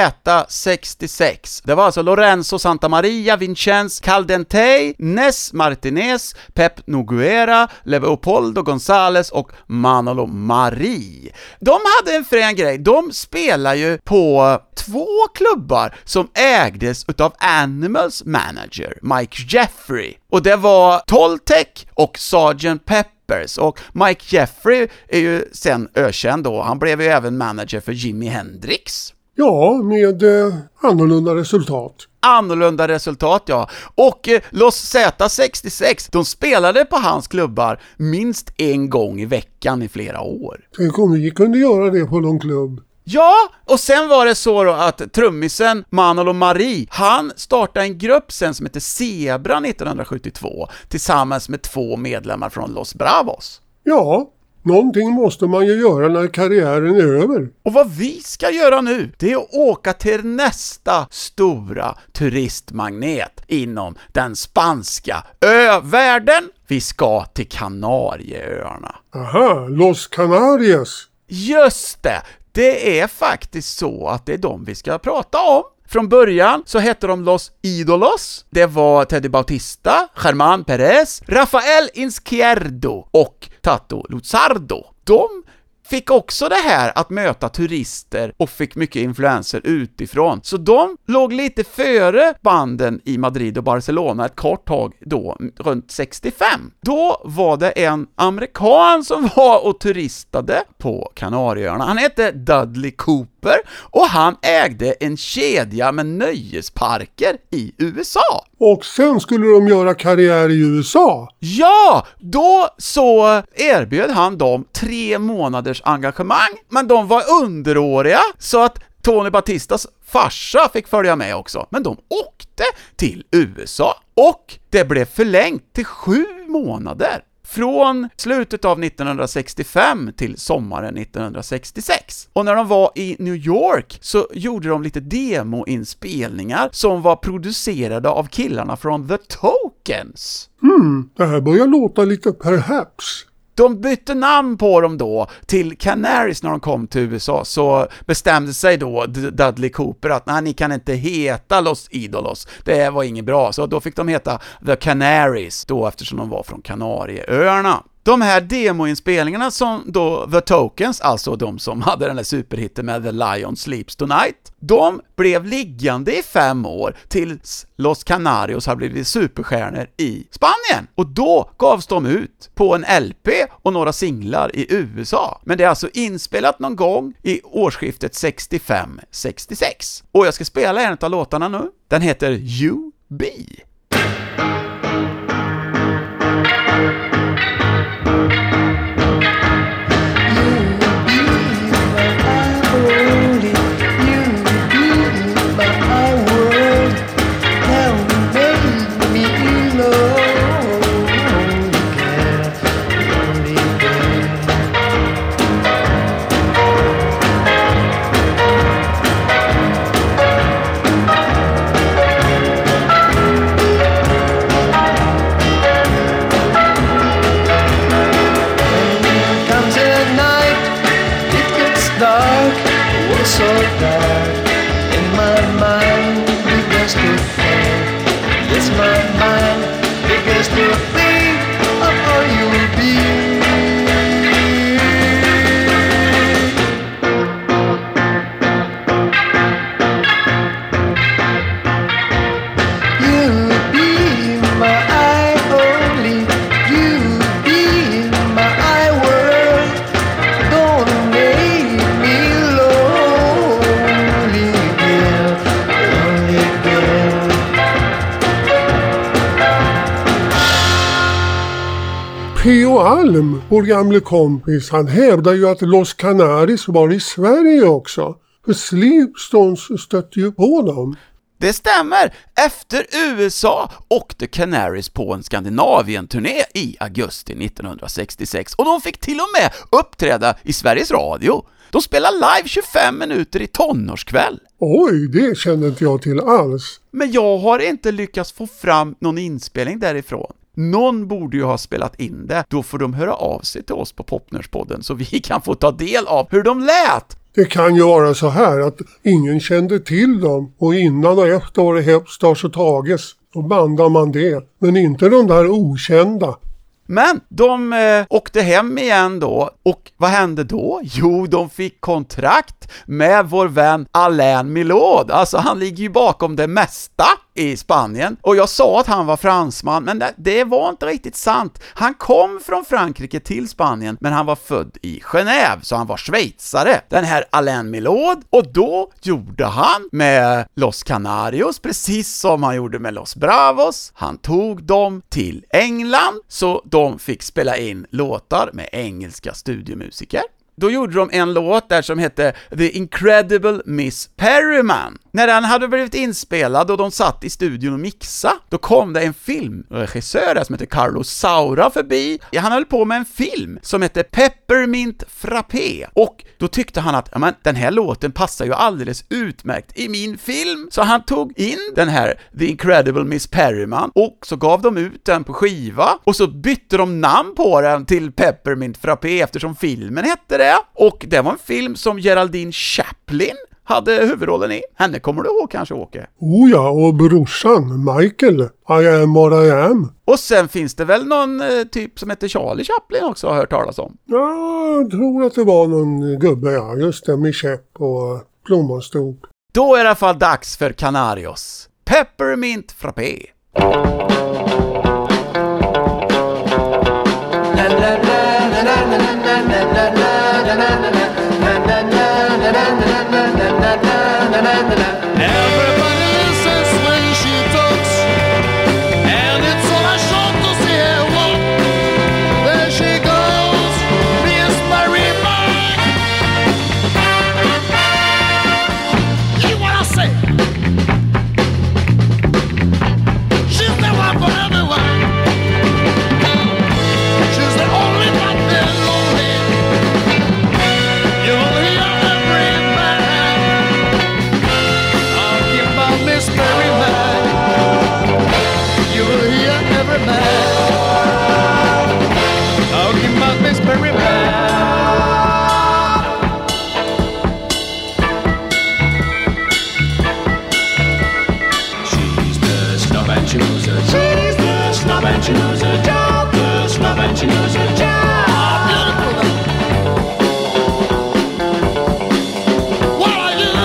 Z sextiosex. Det var alltså Lorenzo Santamaria, Vincenz Caldentey, Nes Martinez, Pep Noguera, Leopoldo González och Manolo Mari. De hade en frän grej. De spelar ju på två klubbar som ägdes utav Animals manager Mike Jeffrey. Och det var Toltec och sergeant Peppers. Och Mike Jeffrey är ju sen ökänd då. Han blev ju även manager för Jimi Hendrix. Ja, med eh, annorlunda resultat. Annorlunda resultat, ja. Och eh, Los Z sextiosex, de spelade på hans klubbar minst en gång i veckan i flera år. Tänk om vi kunde göra det på någon klubb. Ja, och sen var det så då att trummisen Manolo Mari, han startade en grupp sen som heter Zebra nittonhundrasjuttiotvå tillsammans med två medlemmar från Los Bravos. Ja, någonting måste man ju göra när karriären är över. Och vad vi ska göra nu, det är att åka till nästa stora turistmagnet inom den spanska övärlden. Vi ska till Kanarieöarna. Aha, Los Canarias. Just det! Det är faktiskt så att det är de vi ska prata om. Från början så hette de Los Ídolos. Det var Teddy Bautista, Germán Pérez, Rafael Izquierdo och Tato Luzardo. De fick också det här att möta turister och fick mycket influenser utifrån. Så de låg lite före banden i Madrid och Barcelona ett kort tag då, runt sextiofem. Då var det en amerikan som var och turistade på Kanarieöarna. Han hette Dudley Cooper och han ägde en kedja med nöjesparker i U S A. Och sen skulle de göra karriär i U S A. Ja, då så erbjöd han dem tre månaders engagemang, men de var underåriga så att Tony Batistas farsa fick följa med också. Men de åkte till U S A och det blev förlängt till sju månader. Från slutet av nittonhundrasextiofem till sommaren nittonhundrasextiosex. Och när de var i New York så gjorde de lite demoinspelningar som var producerade av killarna från The Tokens. Hmm, det här börjar låta lite Perhaps. De bytte namn på dem då till Canaries när de kom till U S A, så bestämde sig då Dudley Cooper att nej, ni kan inte heta Los Ídolos. Det var inget bra, så då fick de heta The Canaries då eftersom de var från Kanarieöarna. De här demoinspelningarna som då The Tokens, alltså de som hade den där superhitten med The Lion Sleeps Tonight, de blev liggande i fem år tills Los Canarios har blivit superstjärnor i Spanien. Och då gavs de ut på en L P och några singlar i U S A. Men det är alltså inspelat någon gång i årsskiftet sextiofem sextiosex. Och jag ska spela en av låtarna nu. Den heter You Be. P O Alm, vår gamle kompis, han hävdar ju att Los Canaris var i Sverige också. För Sleepstones stötte ju på dem. Det stämmer. Efter U S A åkte Canaries på en Skandinavien-turné i augusti nittonhundrasextiosex och de fick till och med uppträda i Sveriges Radio. De spelar live tjugofem minuter i tonårskväll. Oj, det kände inte jag till alls. Men jag har inte lyckats få fram någon inspelning därifrån. Någon borde ju ha spelat in det. Då får de höra av sig till oss på Popnörspodden så vi kan få ta del av hur de lät. Det kan ju vara så här att ingen kände till dem och innan och efter var det Hepstars och Tages. Då bandar man det, men inte de där okända. Men de eh, åkte hem igen då, och vad hände då? Jo, de fick kontrakt med vår vän Alain Milhaud. Alltså han ligger ju bakom det mesta i Spanien. Och jag sa att han var fransman, men det, det var inte riktigt sant. Han kom från Frankrike till Spanien, men han var född i Genève, så han var schweizare. Den här Alain Milhaud. Och då gjorde han med Los Canarios, precis som han gjorde med Los Bravos. Han tog dem till England, så de fick spela in låtar med engelska studiomusiker. Då gjorde de en låt där som hette The Incredible Miss Perryman. När den hade blivit inspelad och de satt i studion och mixa, då kom det en filmregissör som heter Carlos Saura förbi. Han höll på med en film som hette Peppermint Frappé. Och då tyckte han att ja, men, den här låten passar ju alldeles utmärkt i min film. Så han tog in den här The Incredible Miss Perryman och så gav de ut den på skiva. Och så bytte de namn på den till Peppermint Frappé eftersom filmen hette det. Och det var en film som Geraldine Chaplin hade huvudrollen i. Henne kommer du ihåg kanske, Åke? Oh ja, och brorsan, Michael. I am what I am. Och sen finns det väl någon eh, typ som heter Charlie Chaplin också, har hört talas om. Ja, jag tror att det var någon gubbe, ja. Just det, med käpp och plommonstop. Då är det i alla fall dags för Canarios. Peppermint Frappé. Everybody listens when she talks, and it's all I short to see her walk. There she goes, Miss Perryman. You wanna say? She's the one for everyone. She's the only one that's lonely. You'll hear every man talking about Miss Perryman. You'll hear every man talking about Miss Perryman. She's the snob and she knows her job. She's the snob and she knows her job. The snob and she knows her job. Beautiful. What are you?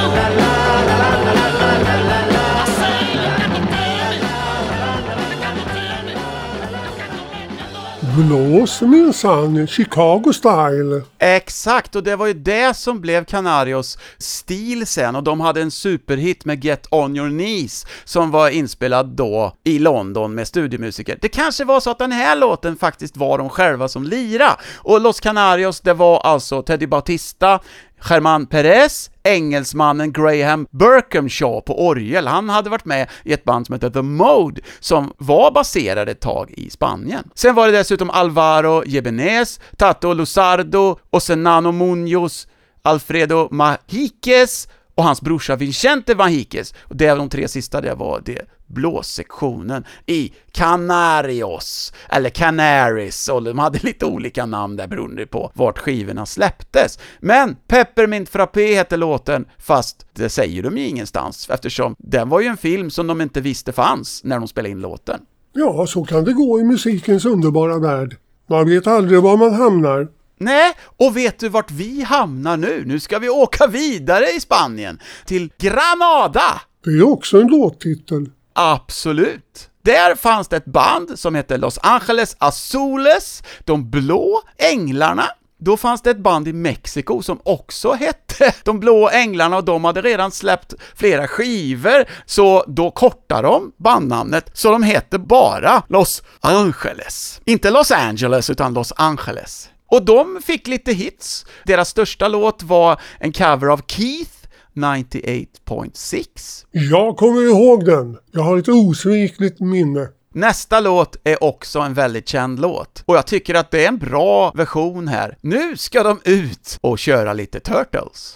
I say you got to tell me. You got to tell me. You got to let me know. Blås minsann, Chicago style. Exakt, och det var ju det som blev Canarios stil sen, och de hade en superhit med Get On Your Knees som var inspelad då i London med studiomusiker. Det kanske var så att den här låten faktiskt var de själva som lira, och Los Canarios, det var alltså Teddy Bautista, Germán Pérez, engelsmannen Graham Birkenshaw på orgel. Han hade varit med i ett band som heter The Mode som var baserad ett tag i Spanien. Sen var det dessutom Alvaro Jiménez, Tato Luzardo och sen Nano Muñoz, Alfredo Mahiques och hans brorsa Vicente Mahiques. Och det var de tre sista, det var det blåssektionen i Canarios eller Canaries, och de hade lite olika namn där beroende på vart skivorna släpptes. Men Peppermint Frappé hette låten, fast det säger de ju ingenstans eftersom den var ju en film som de inte visste fanns när de spelade in låten. Ja, så kan det gå i musikens underbara värld. Man vet aldrig var man hamnar. Nej, och vet du vart vi hamnar nu? Nu ska vi åka vidare i Spanien till Granada. Det är också en låttitel. Absolut. Där fanns det ett band som hette Los Angeles Azules, de blå änglarna. Då fanns det ett band i Mexiko som också hette de blå änglarna, och de hade redan släppt flera skivor, så då kortade de bandnamnet så de hette bara Los Angeles. Inte Los Angeles utan Los Angeles. Och de fick lite hits. Deras största låt var en cover av Keith, nittioåtta komma sex. Jag kommer ihåg den. Jag har ett osvikligt minne. Nästa låt är också en väldigt känd låt, och jag tycker att det är en bra version här. Nu ska de ut och köra lite Turtles.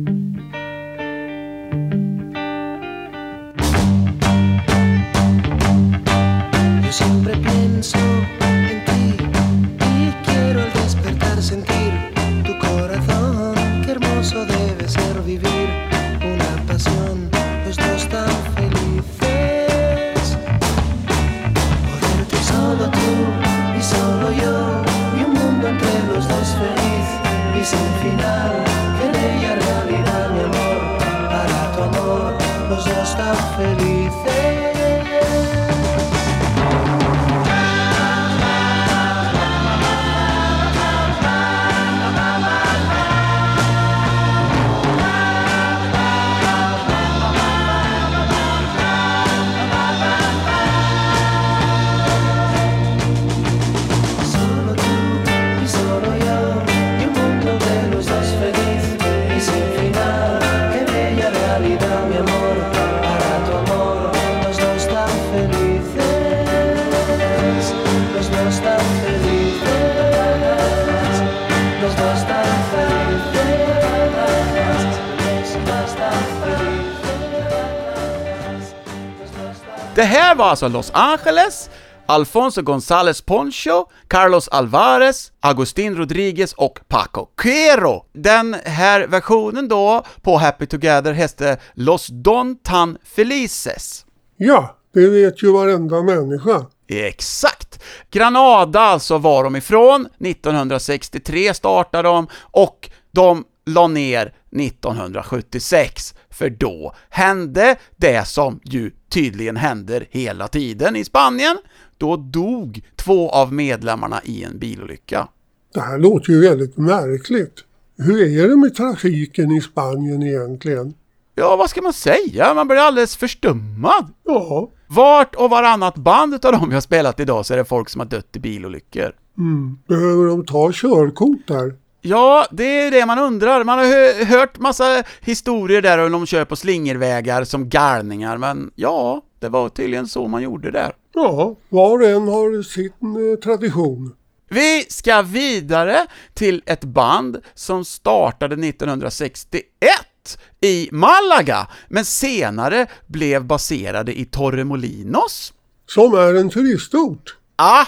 Yo siempre pienso en ti y quiero al despertar sentir tu corazón, qué hermoso debe Det här var alltså Los Angeles, Alfonso González Poncho, Carlos Alvarez, Agustín Rodríguez och Paco Quero. Den här versionen då på Happy Together hette Los Don Tan Felices. Ja, det vet ju varenda människa. Exakt. Granada alltså var de ifrån. nittonhundrasextiotre startade de och de la ner nittonhundrasjuttiosex. För då hände det som ju tydligen händer hela tiden i Spanien. Då dog två av medlemmarna i en bilolycka. Det här låter ju väldigt märkligt. Hur är det med trafiken i Spanien egentligen? Ja, vad ska man säga? Man blir alldeles förstummad. Ja. Vart och varannat band av dem jag har spelat idag så är det folk som har dött i bilolyckor. Mm. Behöver de ta körkort där? Ja, det är det man undrar. Man har hö- hört massa historier där om de kör på slingervägar som galningar. Men ja, det var tydligen så man gjorde där. Ja, var och en har sin eh, tradition. Vi ska vidare till ett band som startade nittonhundrasextioett i Malaga, men senare blev baserade i Torremolinos. Som är en turistort.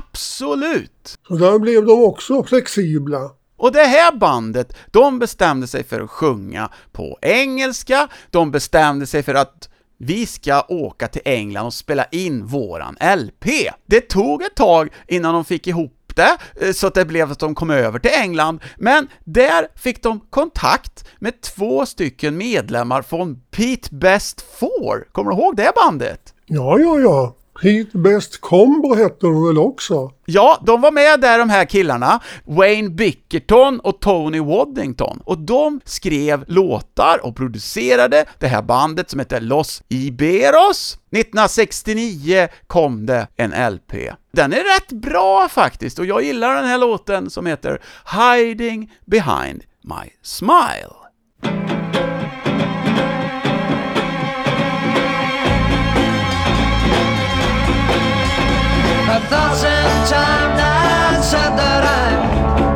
Absolut! Så där blev de också flexibla. Och det här bandet, de bestämde sig för att sjunga på engelska. De bestämde sig för att vi ska åka till England och spela in våran L P. Det tog ett tag innan de fick ihop det, så att det blev att de kom över till England. Men där fick de kontakt med två stycken medlemmar från Pete Best Four. Kommer du ihåg det bandet? Ja, ja, ja. Pete Best Combo hette de väl också? Ja, de var med där, de här killarna. Wayne Bickerton och Tony Waddington. Och de skrev låtar och producerade det här bandet som heter Los Iberos. nittonhundrasextionio kom det en L P. Den är rätt bra faktiskt och jag gillar den här låten som heter Hiding Behind My Smile. A thousand times I said that I'm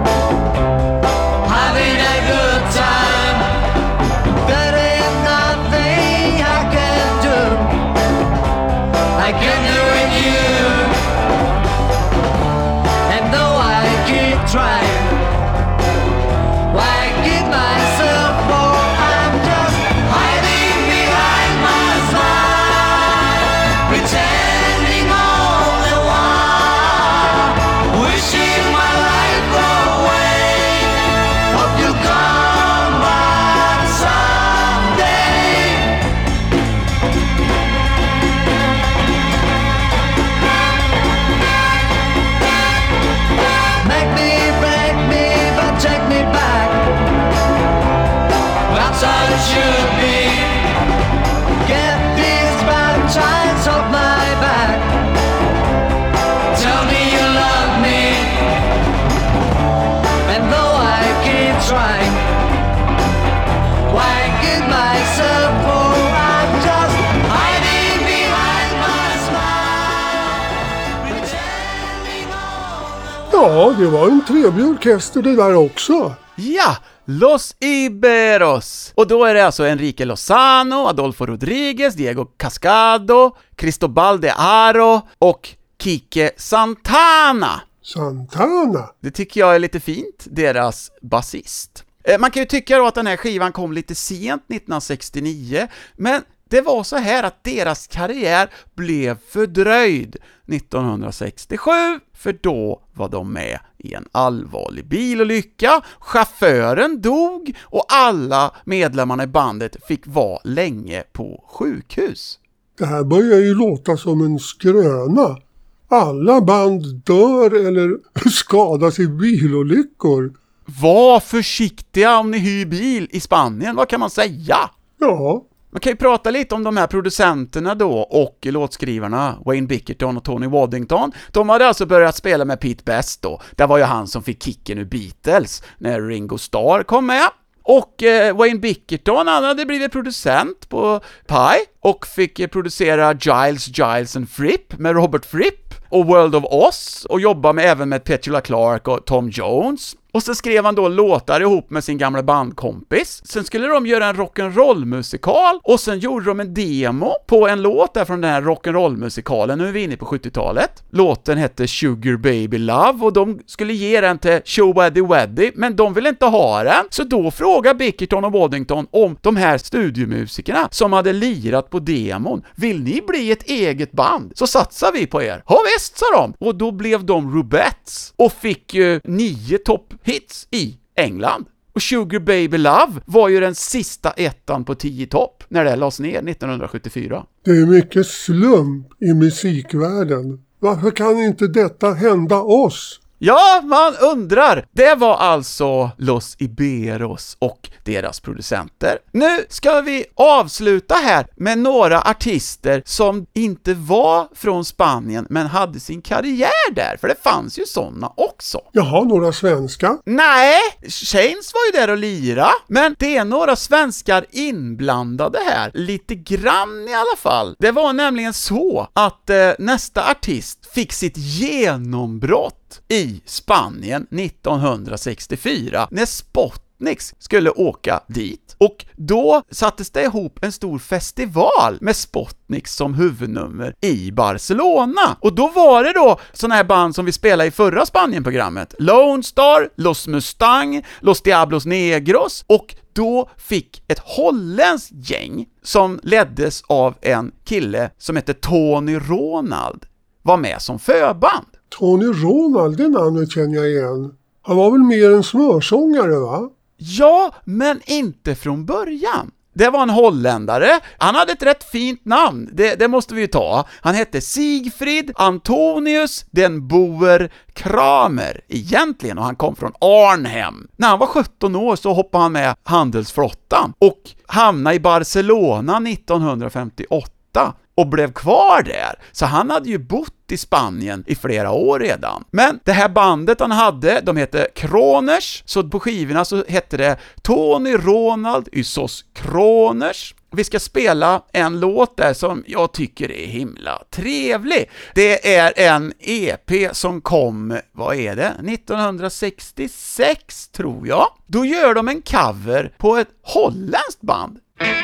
having a good time. There ain't nothing I can do. I can do with you. And though I keep trying, why keep myself for I'm just hiding behind my smile, pretending all the while, wishing my life away. Hope you come back someday. Make me, break me, but take me back. That's how it should be. Get these bad times off my back. Tell me you love me. And though I keep trying, why give myself for I'm just hiding behind my smile, pretending all the Ja, det var en trevlig orkester det där också. Ja, Los Iberos. Och då är det alltså Enrique Lozano, Adolfo Rodríguez, Diego Cascado, Cristobal de Aro och Quique Santana. Santana. Det tycker jag är lite fint, deras basist. Eh, Man kan ju tycka då att den här skivan kom lite sent nittonhundrasextionio, men det var så här att deras karriär blev fördröjd nittonhundrasextiosju, för då var de med i en allvarlig bilolycka. Chauffören dog och alla medlemmarna i bandet fick vara länge på sjukhus. Det här börjar ju låta som en skröna. Alla band dör eller skadas i bilolyckor. Var försiktiga om ni hyr bil i Spanien, vad kan man säga? Ja, Man kan ju prata lite om de här producenterna då och låtskrivarna Wayne Bickerton och Tony Waddington. De hade alltså börjat spela med Pete Best då. Det var ju han som fick kicken ur Beatles när Ringo Starr kom med. Och eh, Wayne Bickerton, han hade blivit producent på Pie och fick eh, producera Giles, Giles and Fripp med Robert Fripp och World of Oz och jobba med, även med Petula Clark och Tom Jones. Och så skrev han då låtar ihop med sin gamla bandkompis. Sen skulle de göra en rock'n'roll-musikal och sen gjorde de en demo på en låt där från den här rock'n'roll-musikalen. Nu är vi inne på sjuttiotalet. Låten hette Sugar Baby Love och de skulle ge den till Show Waddy Waddy, men de ville inte ha den. Så då frågade Bickerton och Waddington om de här studiomusikerna som hade lirat på demon. Vill ni bli ett eget band? Så satsar vi på er. Ja visst, sa de. Och då blev de Rubettes och fick ju nio topphits i England. Och Sugar Baby Love var ju den sista ettan på tio topp när det lades ner nittonhundrasjuttiofyra. Det är mycket slump i musikvärlden. Varför kan inte detta hända oss? Ja, man undrar. Det var alltså Los Iberos och deras producenter. Nu ska vi avsluta här med några artister som inte var från Spanien men hade sin karriär där, för det fanns ju sådana också. Jaha, några svenska? Nej, Chains var ju där och lira, men det är några svenskar inblandade här, lite grann i alla fall. Det var nämligen så att eh, nästa artist fick sitt genombrott i Spanien nittonhundrasextiofyra när Sputniks skulle åka dit. Och då sattes det ihop en stor festival med Sputniks som huvudnummer i Barcelona. Och då var det då såna här band som vi spelade i förra Spanien-programmet. Lone Star, Los Mustang, Los Diablos Negros, och då fick ett holländskt gäng som leddes av en kille som hette Tony Ronald var med som förband. Tony Ronald, det namnet känner jag igen. Han var väl mer en smörsångare, va? Ja, men inte från början. Det var en holländare. Han hade ett rätt fint namn. Det, det måste vi ju ta. Han hette Sigfrid Antonius den Boer Kramer egentligen, och han kom från Arnhem. När han var sjutton år så hoppade han med handelsflottan och hamnade i Barcelona nittonhundrafemtioåtta. Och blev kvar där. Så han hade ju bott i Spanien i flera år redan. Men det här bandet han hade, de hette Kroners. Så på skivorna så hette det Tony Ronald Ysos Kroners. Vi ska spela en låt där som jag tycker är himla trevlig. Det är en E P som kom, vad är det? nittonhundrasextiosex tror jag. Då gör de en cover på ett holländskt band.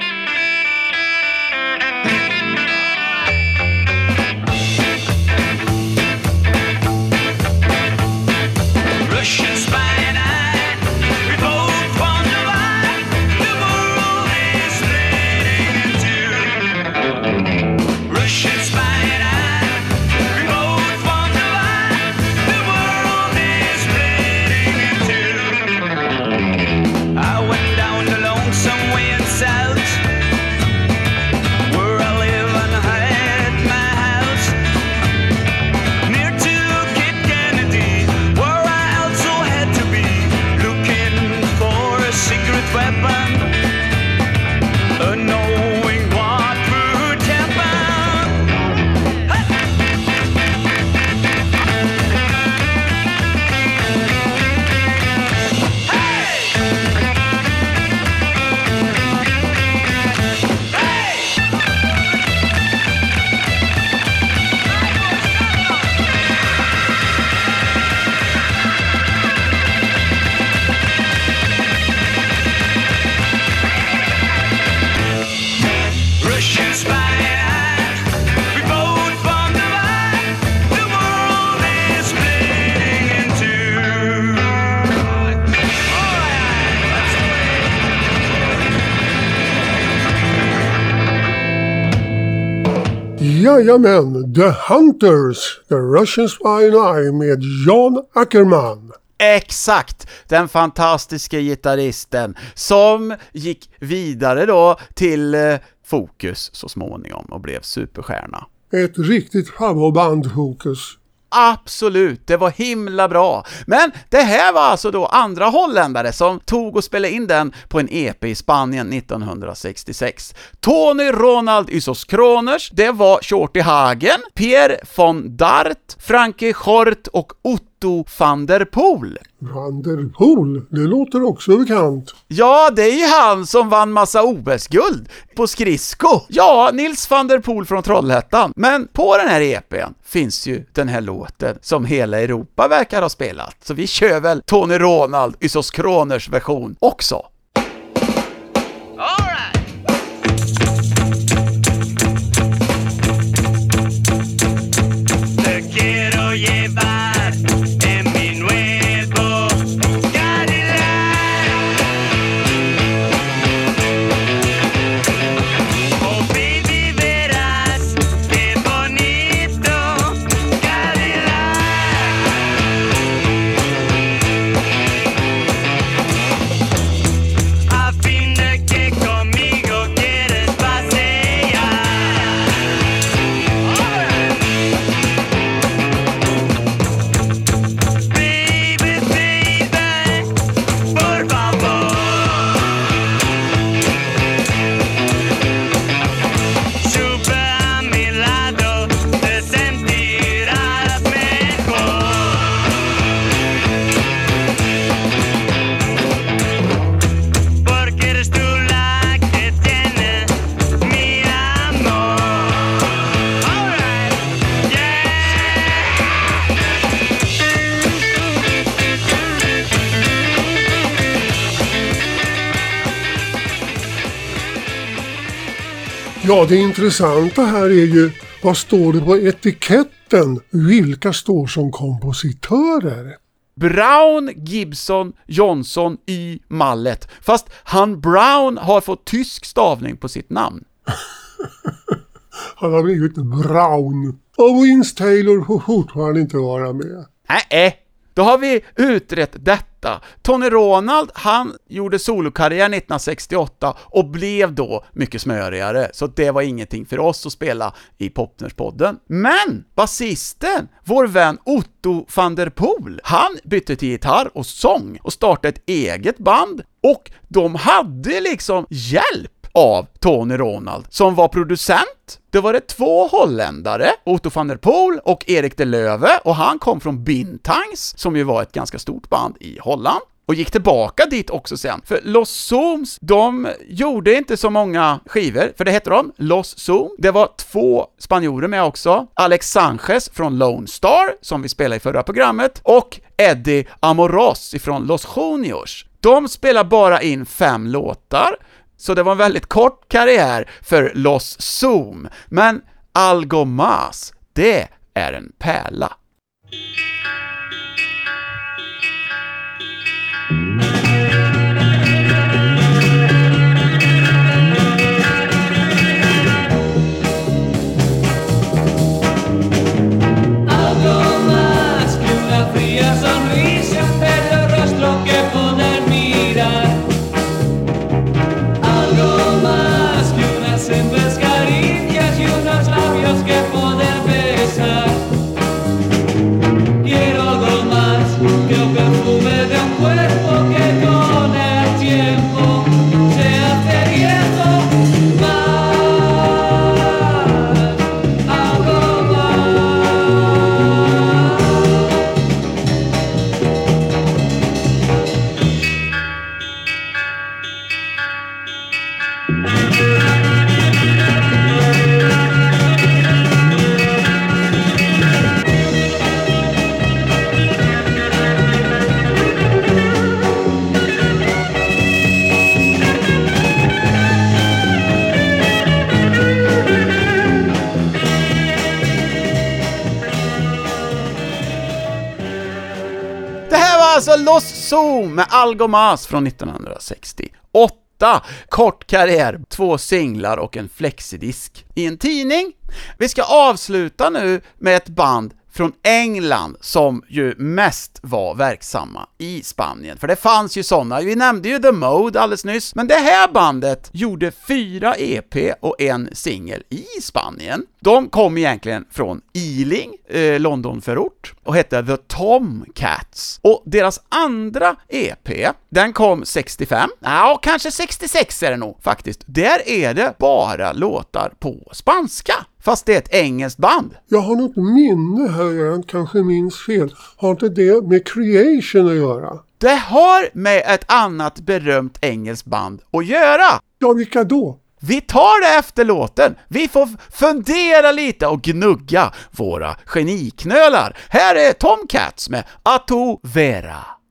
Russian spy and I, we both wonder why the world is splitting in two. Russian spy and I, we both wonder why the world is splitting in two. I went down the lonesome way in south, where I live and had my house, near to Cape Kennedy, where I also had to be looking for a secret weapon, unknowing what would happen. Hey! Russian spy and I, we both wonder why the world is splitting in two. Jajamän, The Hunters, The Russian Spy and I med Jan Ackerman. Exakt, den fantastiska gitarristen som gick vidare då till eh, Fokus så småningom och blev superstjärna. Ett riktigt favoritband, Fokus. Absolut, det var himla bra. Men det här var alltså då andra holländare som tog och spelade in den på en E P i Spanien nittonhundrasextiosex. Tony Ronald Ysos Kroners, det var Shorty Hagen, Pierre von Dart, Franke Schort och Otto Otto van der Poel. Van der Poel, det låter också bekant. Ja, det är ju han som vann massa O S-guld på skridsko. Ja, Nils van der Poel från Trollhättan. Men på den här E P:n finns ju den här låten som hela Europa verkar ha spelat. Så vi kör väl Tony Ronald, Ysos Kroners version också. Ja, det intressanta här är ju, vad står det på etiketten? Vilka står som kompositörer? Brown, Gibson, Johnson, Y, Mallet. Fast han Brown har fått tysk stavning på sitt namn. Han har blivit Brown. Och Vince Taylor får fortfarande inte vara med. Nej, då har vi utrett detta. Tony Ronald, han gjorde solokarriär nittonhundrasextioåtta och blev då mycket smörigare. Så det var ingenting för oss att spela i Popnerspodden. Men basisten, vår vän Otto van der Poel, han bytte till gitarr och sång och startade ett eget band. Och de hade liksom hjälp av Tony Ronald som var producent. Det var det två holländare, Otto van der Poel och Erik de Löve, och han kom från Bintangs som ju var ett ganska stort band i Holland och gick tillbaka dit också sen. För Los Zooms, de gjorde inte så många skivor, för det hette de Los Zoom. Det var två spanjorer med också, Alex Sanchez från Lone Star som vi spelade i förra programmet och Eddie Amoros från Los Juniors. De spelar bara in fem låtar. Så det var en väldigt kort karriär för Los Zoom. Men Algo Mas, det är en pärla. Algo más que una fría sonrisa en el rostro que poder mirar. Algo más que unas simples caricias y unos labios que poder besar. Quiero algo más que un perfume de un cuerpo que con el tiempo se hace viejo. Más, algo más. Det här var alltså Los Zoom med Algo Mas från nittonhundrasextioåtta. Kort karriär, två singlar och en flexidisk i en tidning. Vi ska avsluta nu med ett band från England som ju mest var verksamma i Spanien. För det fanns ju sådana, vi nämnde ju The Mode alldeles nyss. Men det här bandet gjorde fyra E P och en singel i Spanien. De kom egentligen från Ealing, eh, Londonförort, och hette The Tomcats. Och deras andra E P, den kom sextiofem. Ja, kanske sextiosex är det nog faktiskt. Där är det bara låtar på spanska. fast det är ett engelskt band. Jag har något minne här, jag kanske minns fel. Har inte det med Creation att göra? Det har med ett annat berömt engelskt band att göra. Ja, vilka då? Vi tar det efter låten. Vi får fundera lite och gnugga våra geniknölar. Här är Tomcats med A Tu Vera.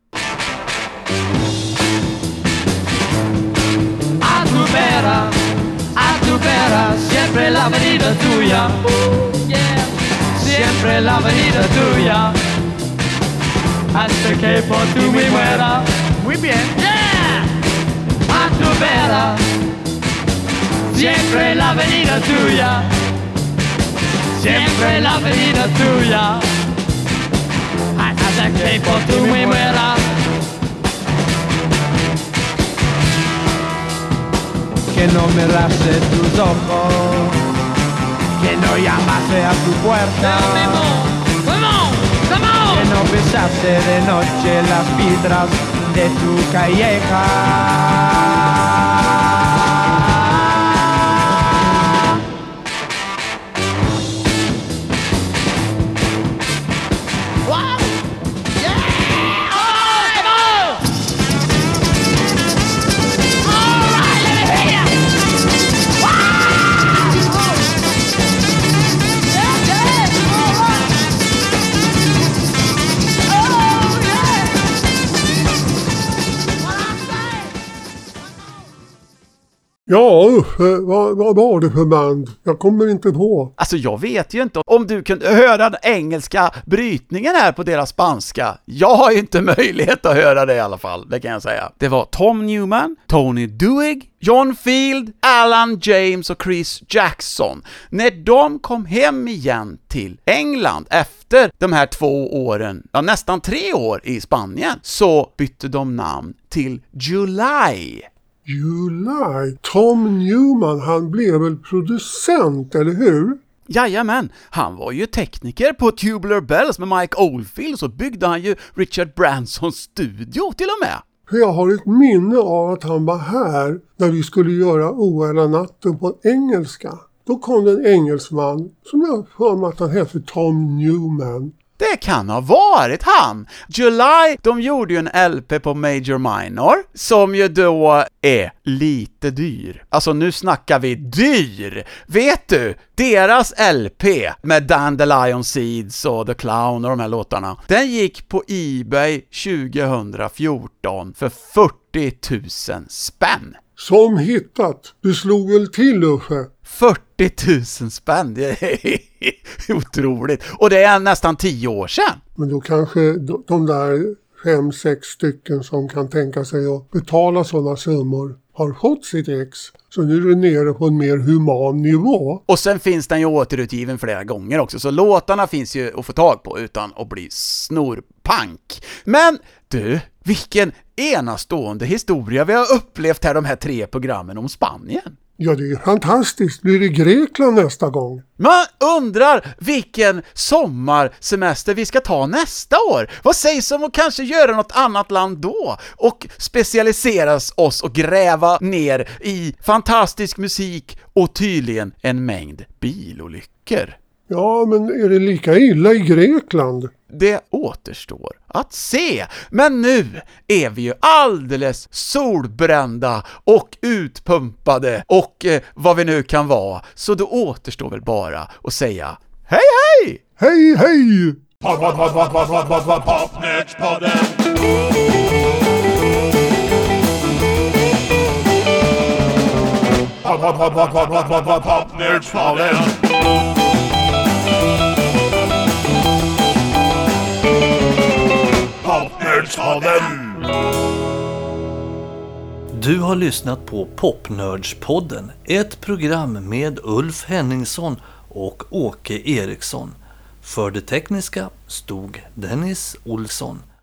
A tu vera, a tu vera, siempre la vida tuya. Siempre la vida tuya. Hasta que por tu me muera. Muy bien. Yeah. A tu vera, siempre la vida tuya. Siempre la vida tuya. Hasta que por tu me muera. Que no me rases tus ojos, que no llamase a tu puerta, que no besase de noche las piedras de tu calleja. Ja, Uffe, vad, vad var det för band? Jag kommer inte på. Alltså jag vet ju inte om du kunde höra den engelska brytningen här på deras spanska. Jag har ju inte möjlighet att höra det i alla fall, det kan jag säga. Det var Tom Newman, Tony Doig, John Field, Alan James och Chris Jackson. När de kom hem igen till England efter de här två åren, ja nästan tre år i Spanien, så bytte de namn till July. July. Tom Newman, han blev väl producent, eller hur? Jajamän, han var ju tekniker på Tubular Bells med Mike Oldfield, så byggde han ju Richard Bransons studio till och med. Jag har ett minne av att han var här när vi skulle göra Oära-natten på engelska. Då kom det en engelsman som jag för mig att han hette Tom Newman. Det kan ha varit han. July, de gjorde ju en L P på Major Minor som ju då är lite dyr. Alltså nu snackar vi dyr. Vet du, deras L P med Dandelion Seeds och The Clown och de här låtarna, den gick på eBay tjugohundrafjorton för fyrtio tusen spänn. Som hittat. Du slog väl till, Uffe? fyrtio tusen spänn, det är otroligt. Och det är nästan tio år sedan. Men då kanske de där fem, sex stycken som kan tänka sig att betala sådana summor har fått sitt ex. Så nu är det nere på en mer human nivå. Och sen finns den ju återutgiven flera gånger också. Så låtarna finns ju att få tag på utan att bli snorpank. Men du, vilken enastående historia vi har upplevt här de här tre programmen om Spanien. Ja, det är fantastiskt. Blir det Grekland nästa gång? Man undrar vilken sommarsemester vi ska ta nästa år. Vad sägs om att kanske göra något annat land då? Och specialiseras oss och gräva ner i fantastisk musik och tydligen en mängd bilolyckor. Ja, men är det lika illa i Grekland? Det återstår att se. Men nu är vi ju alldeles solbrända och utpumpade och eh, vad vi nu kan vara. Så då återstår väl bara att säga hej hej! Hej hej! Pod, pod, pod, pod, pod, pod, pod, pod, Popnördspodden. Pod, pod, pod, pod, pod, pod, pod, pod, Popnördspodden. Du har lyssnat på Popnördspodden, ett program med Ulf Henningsson och Åke Eriksson. För det tekniska stod Dennis Olsson.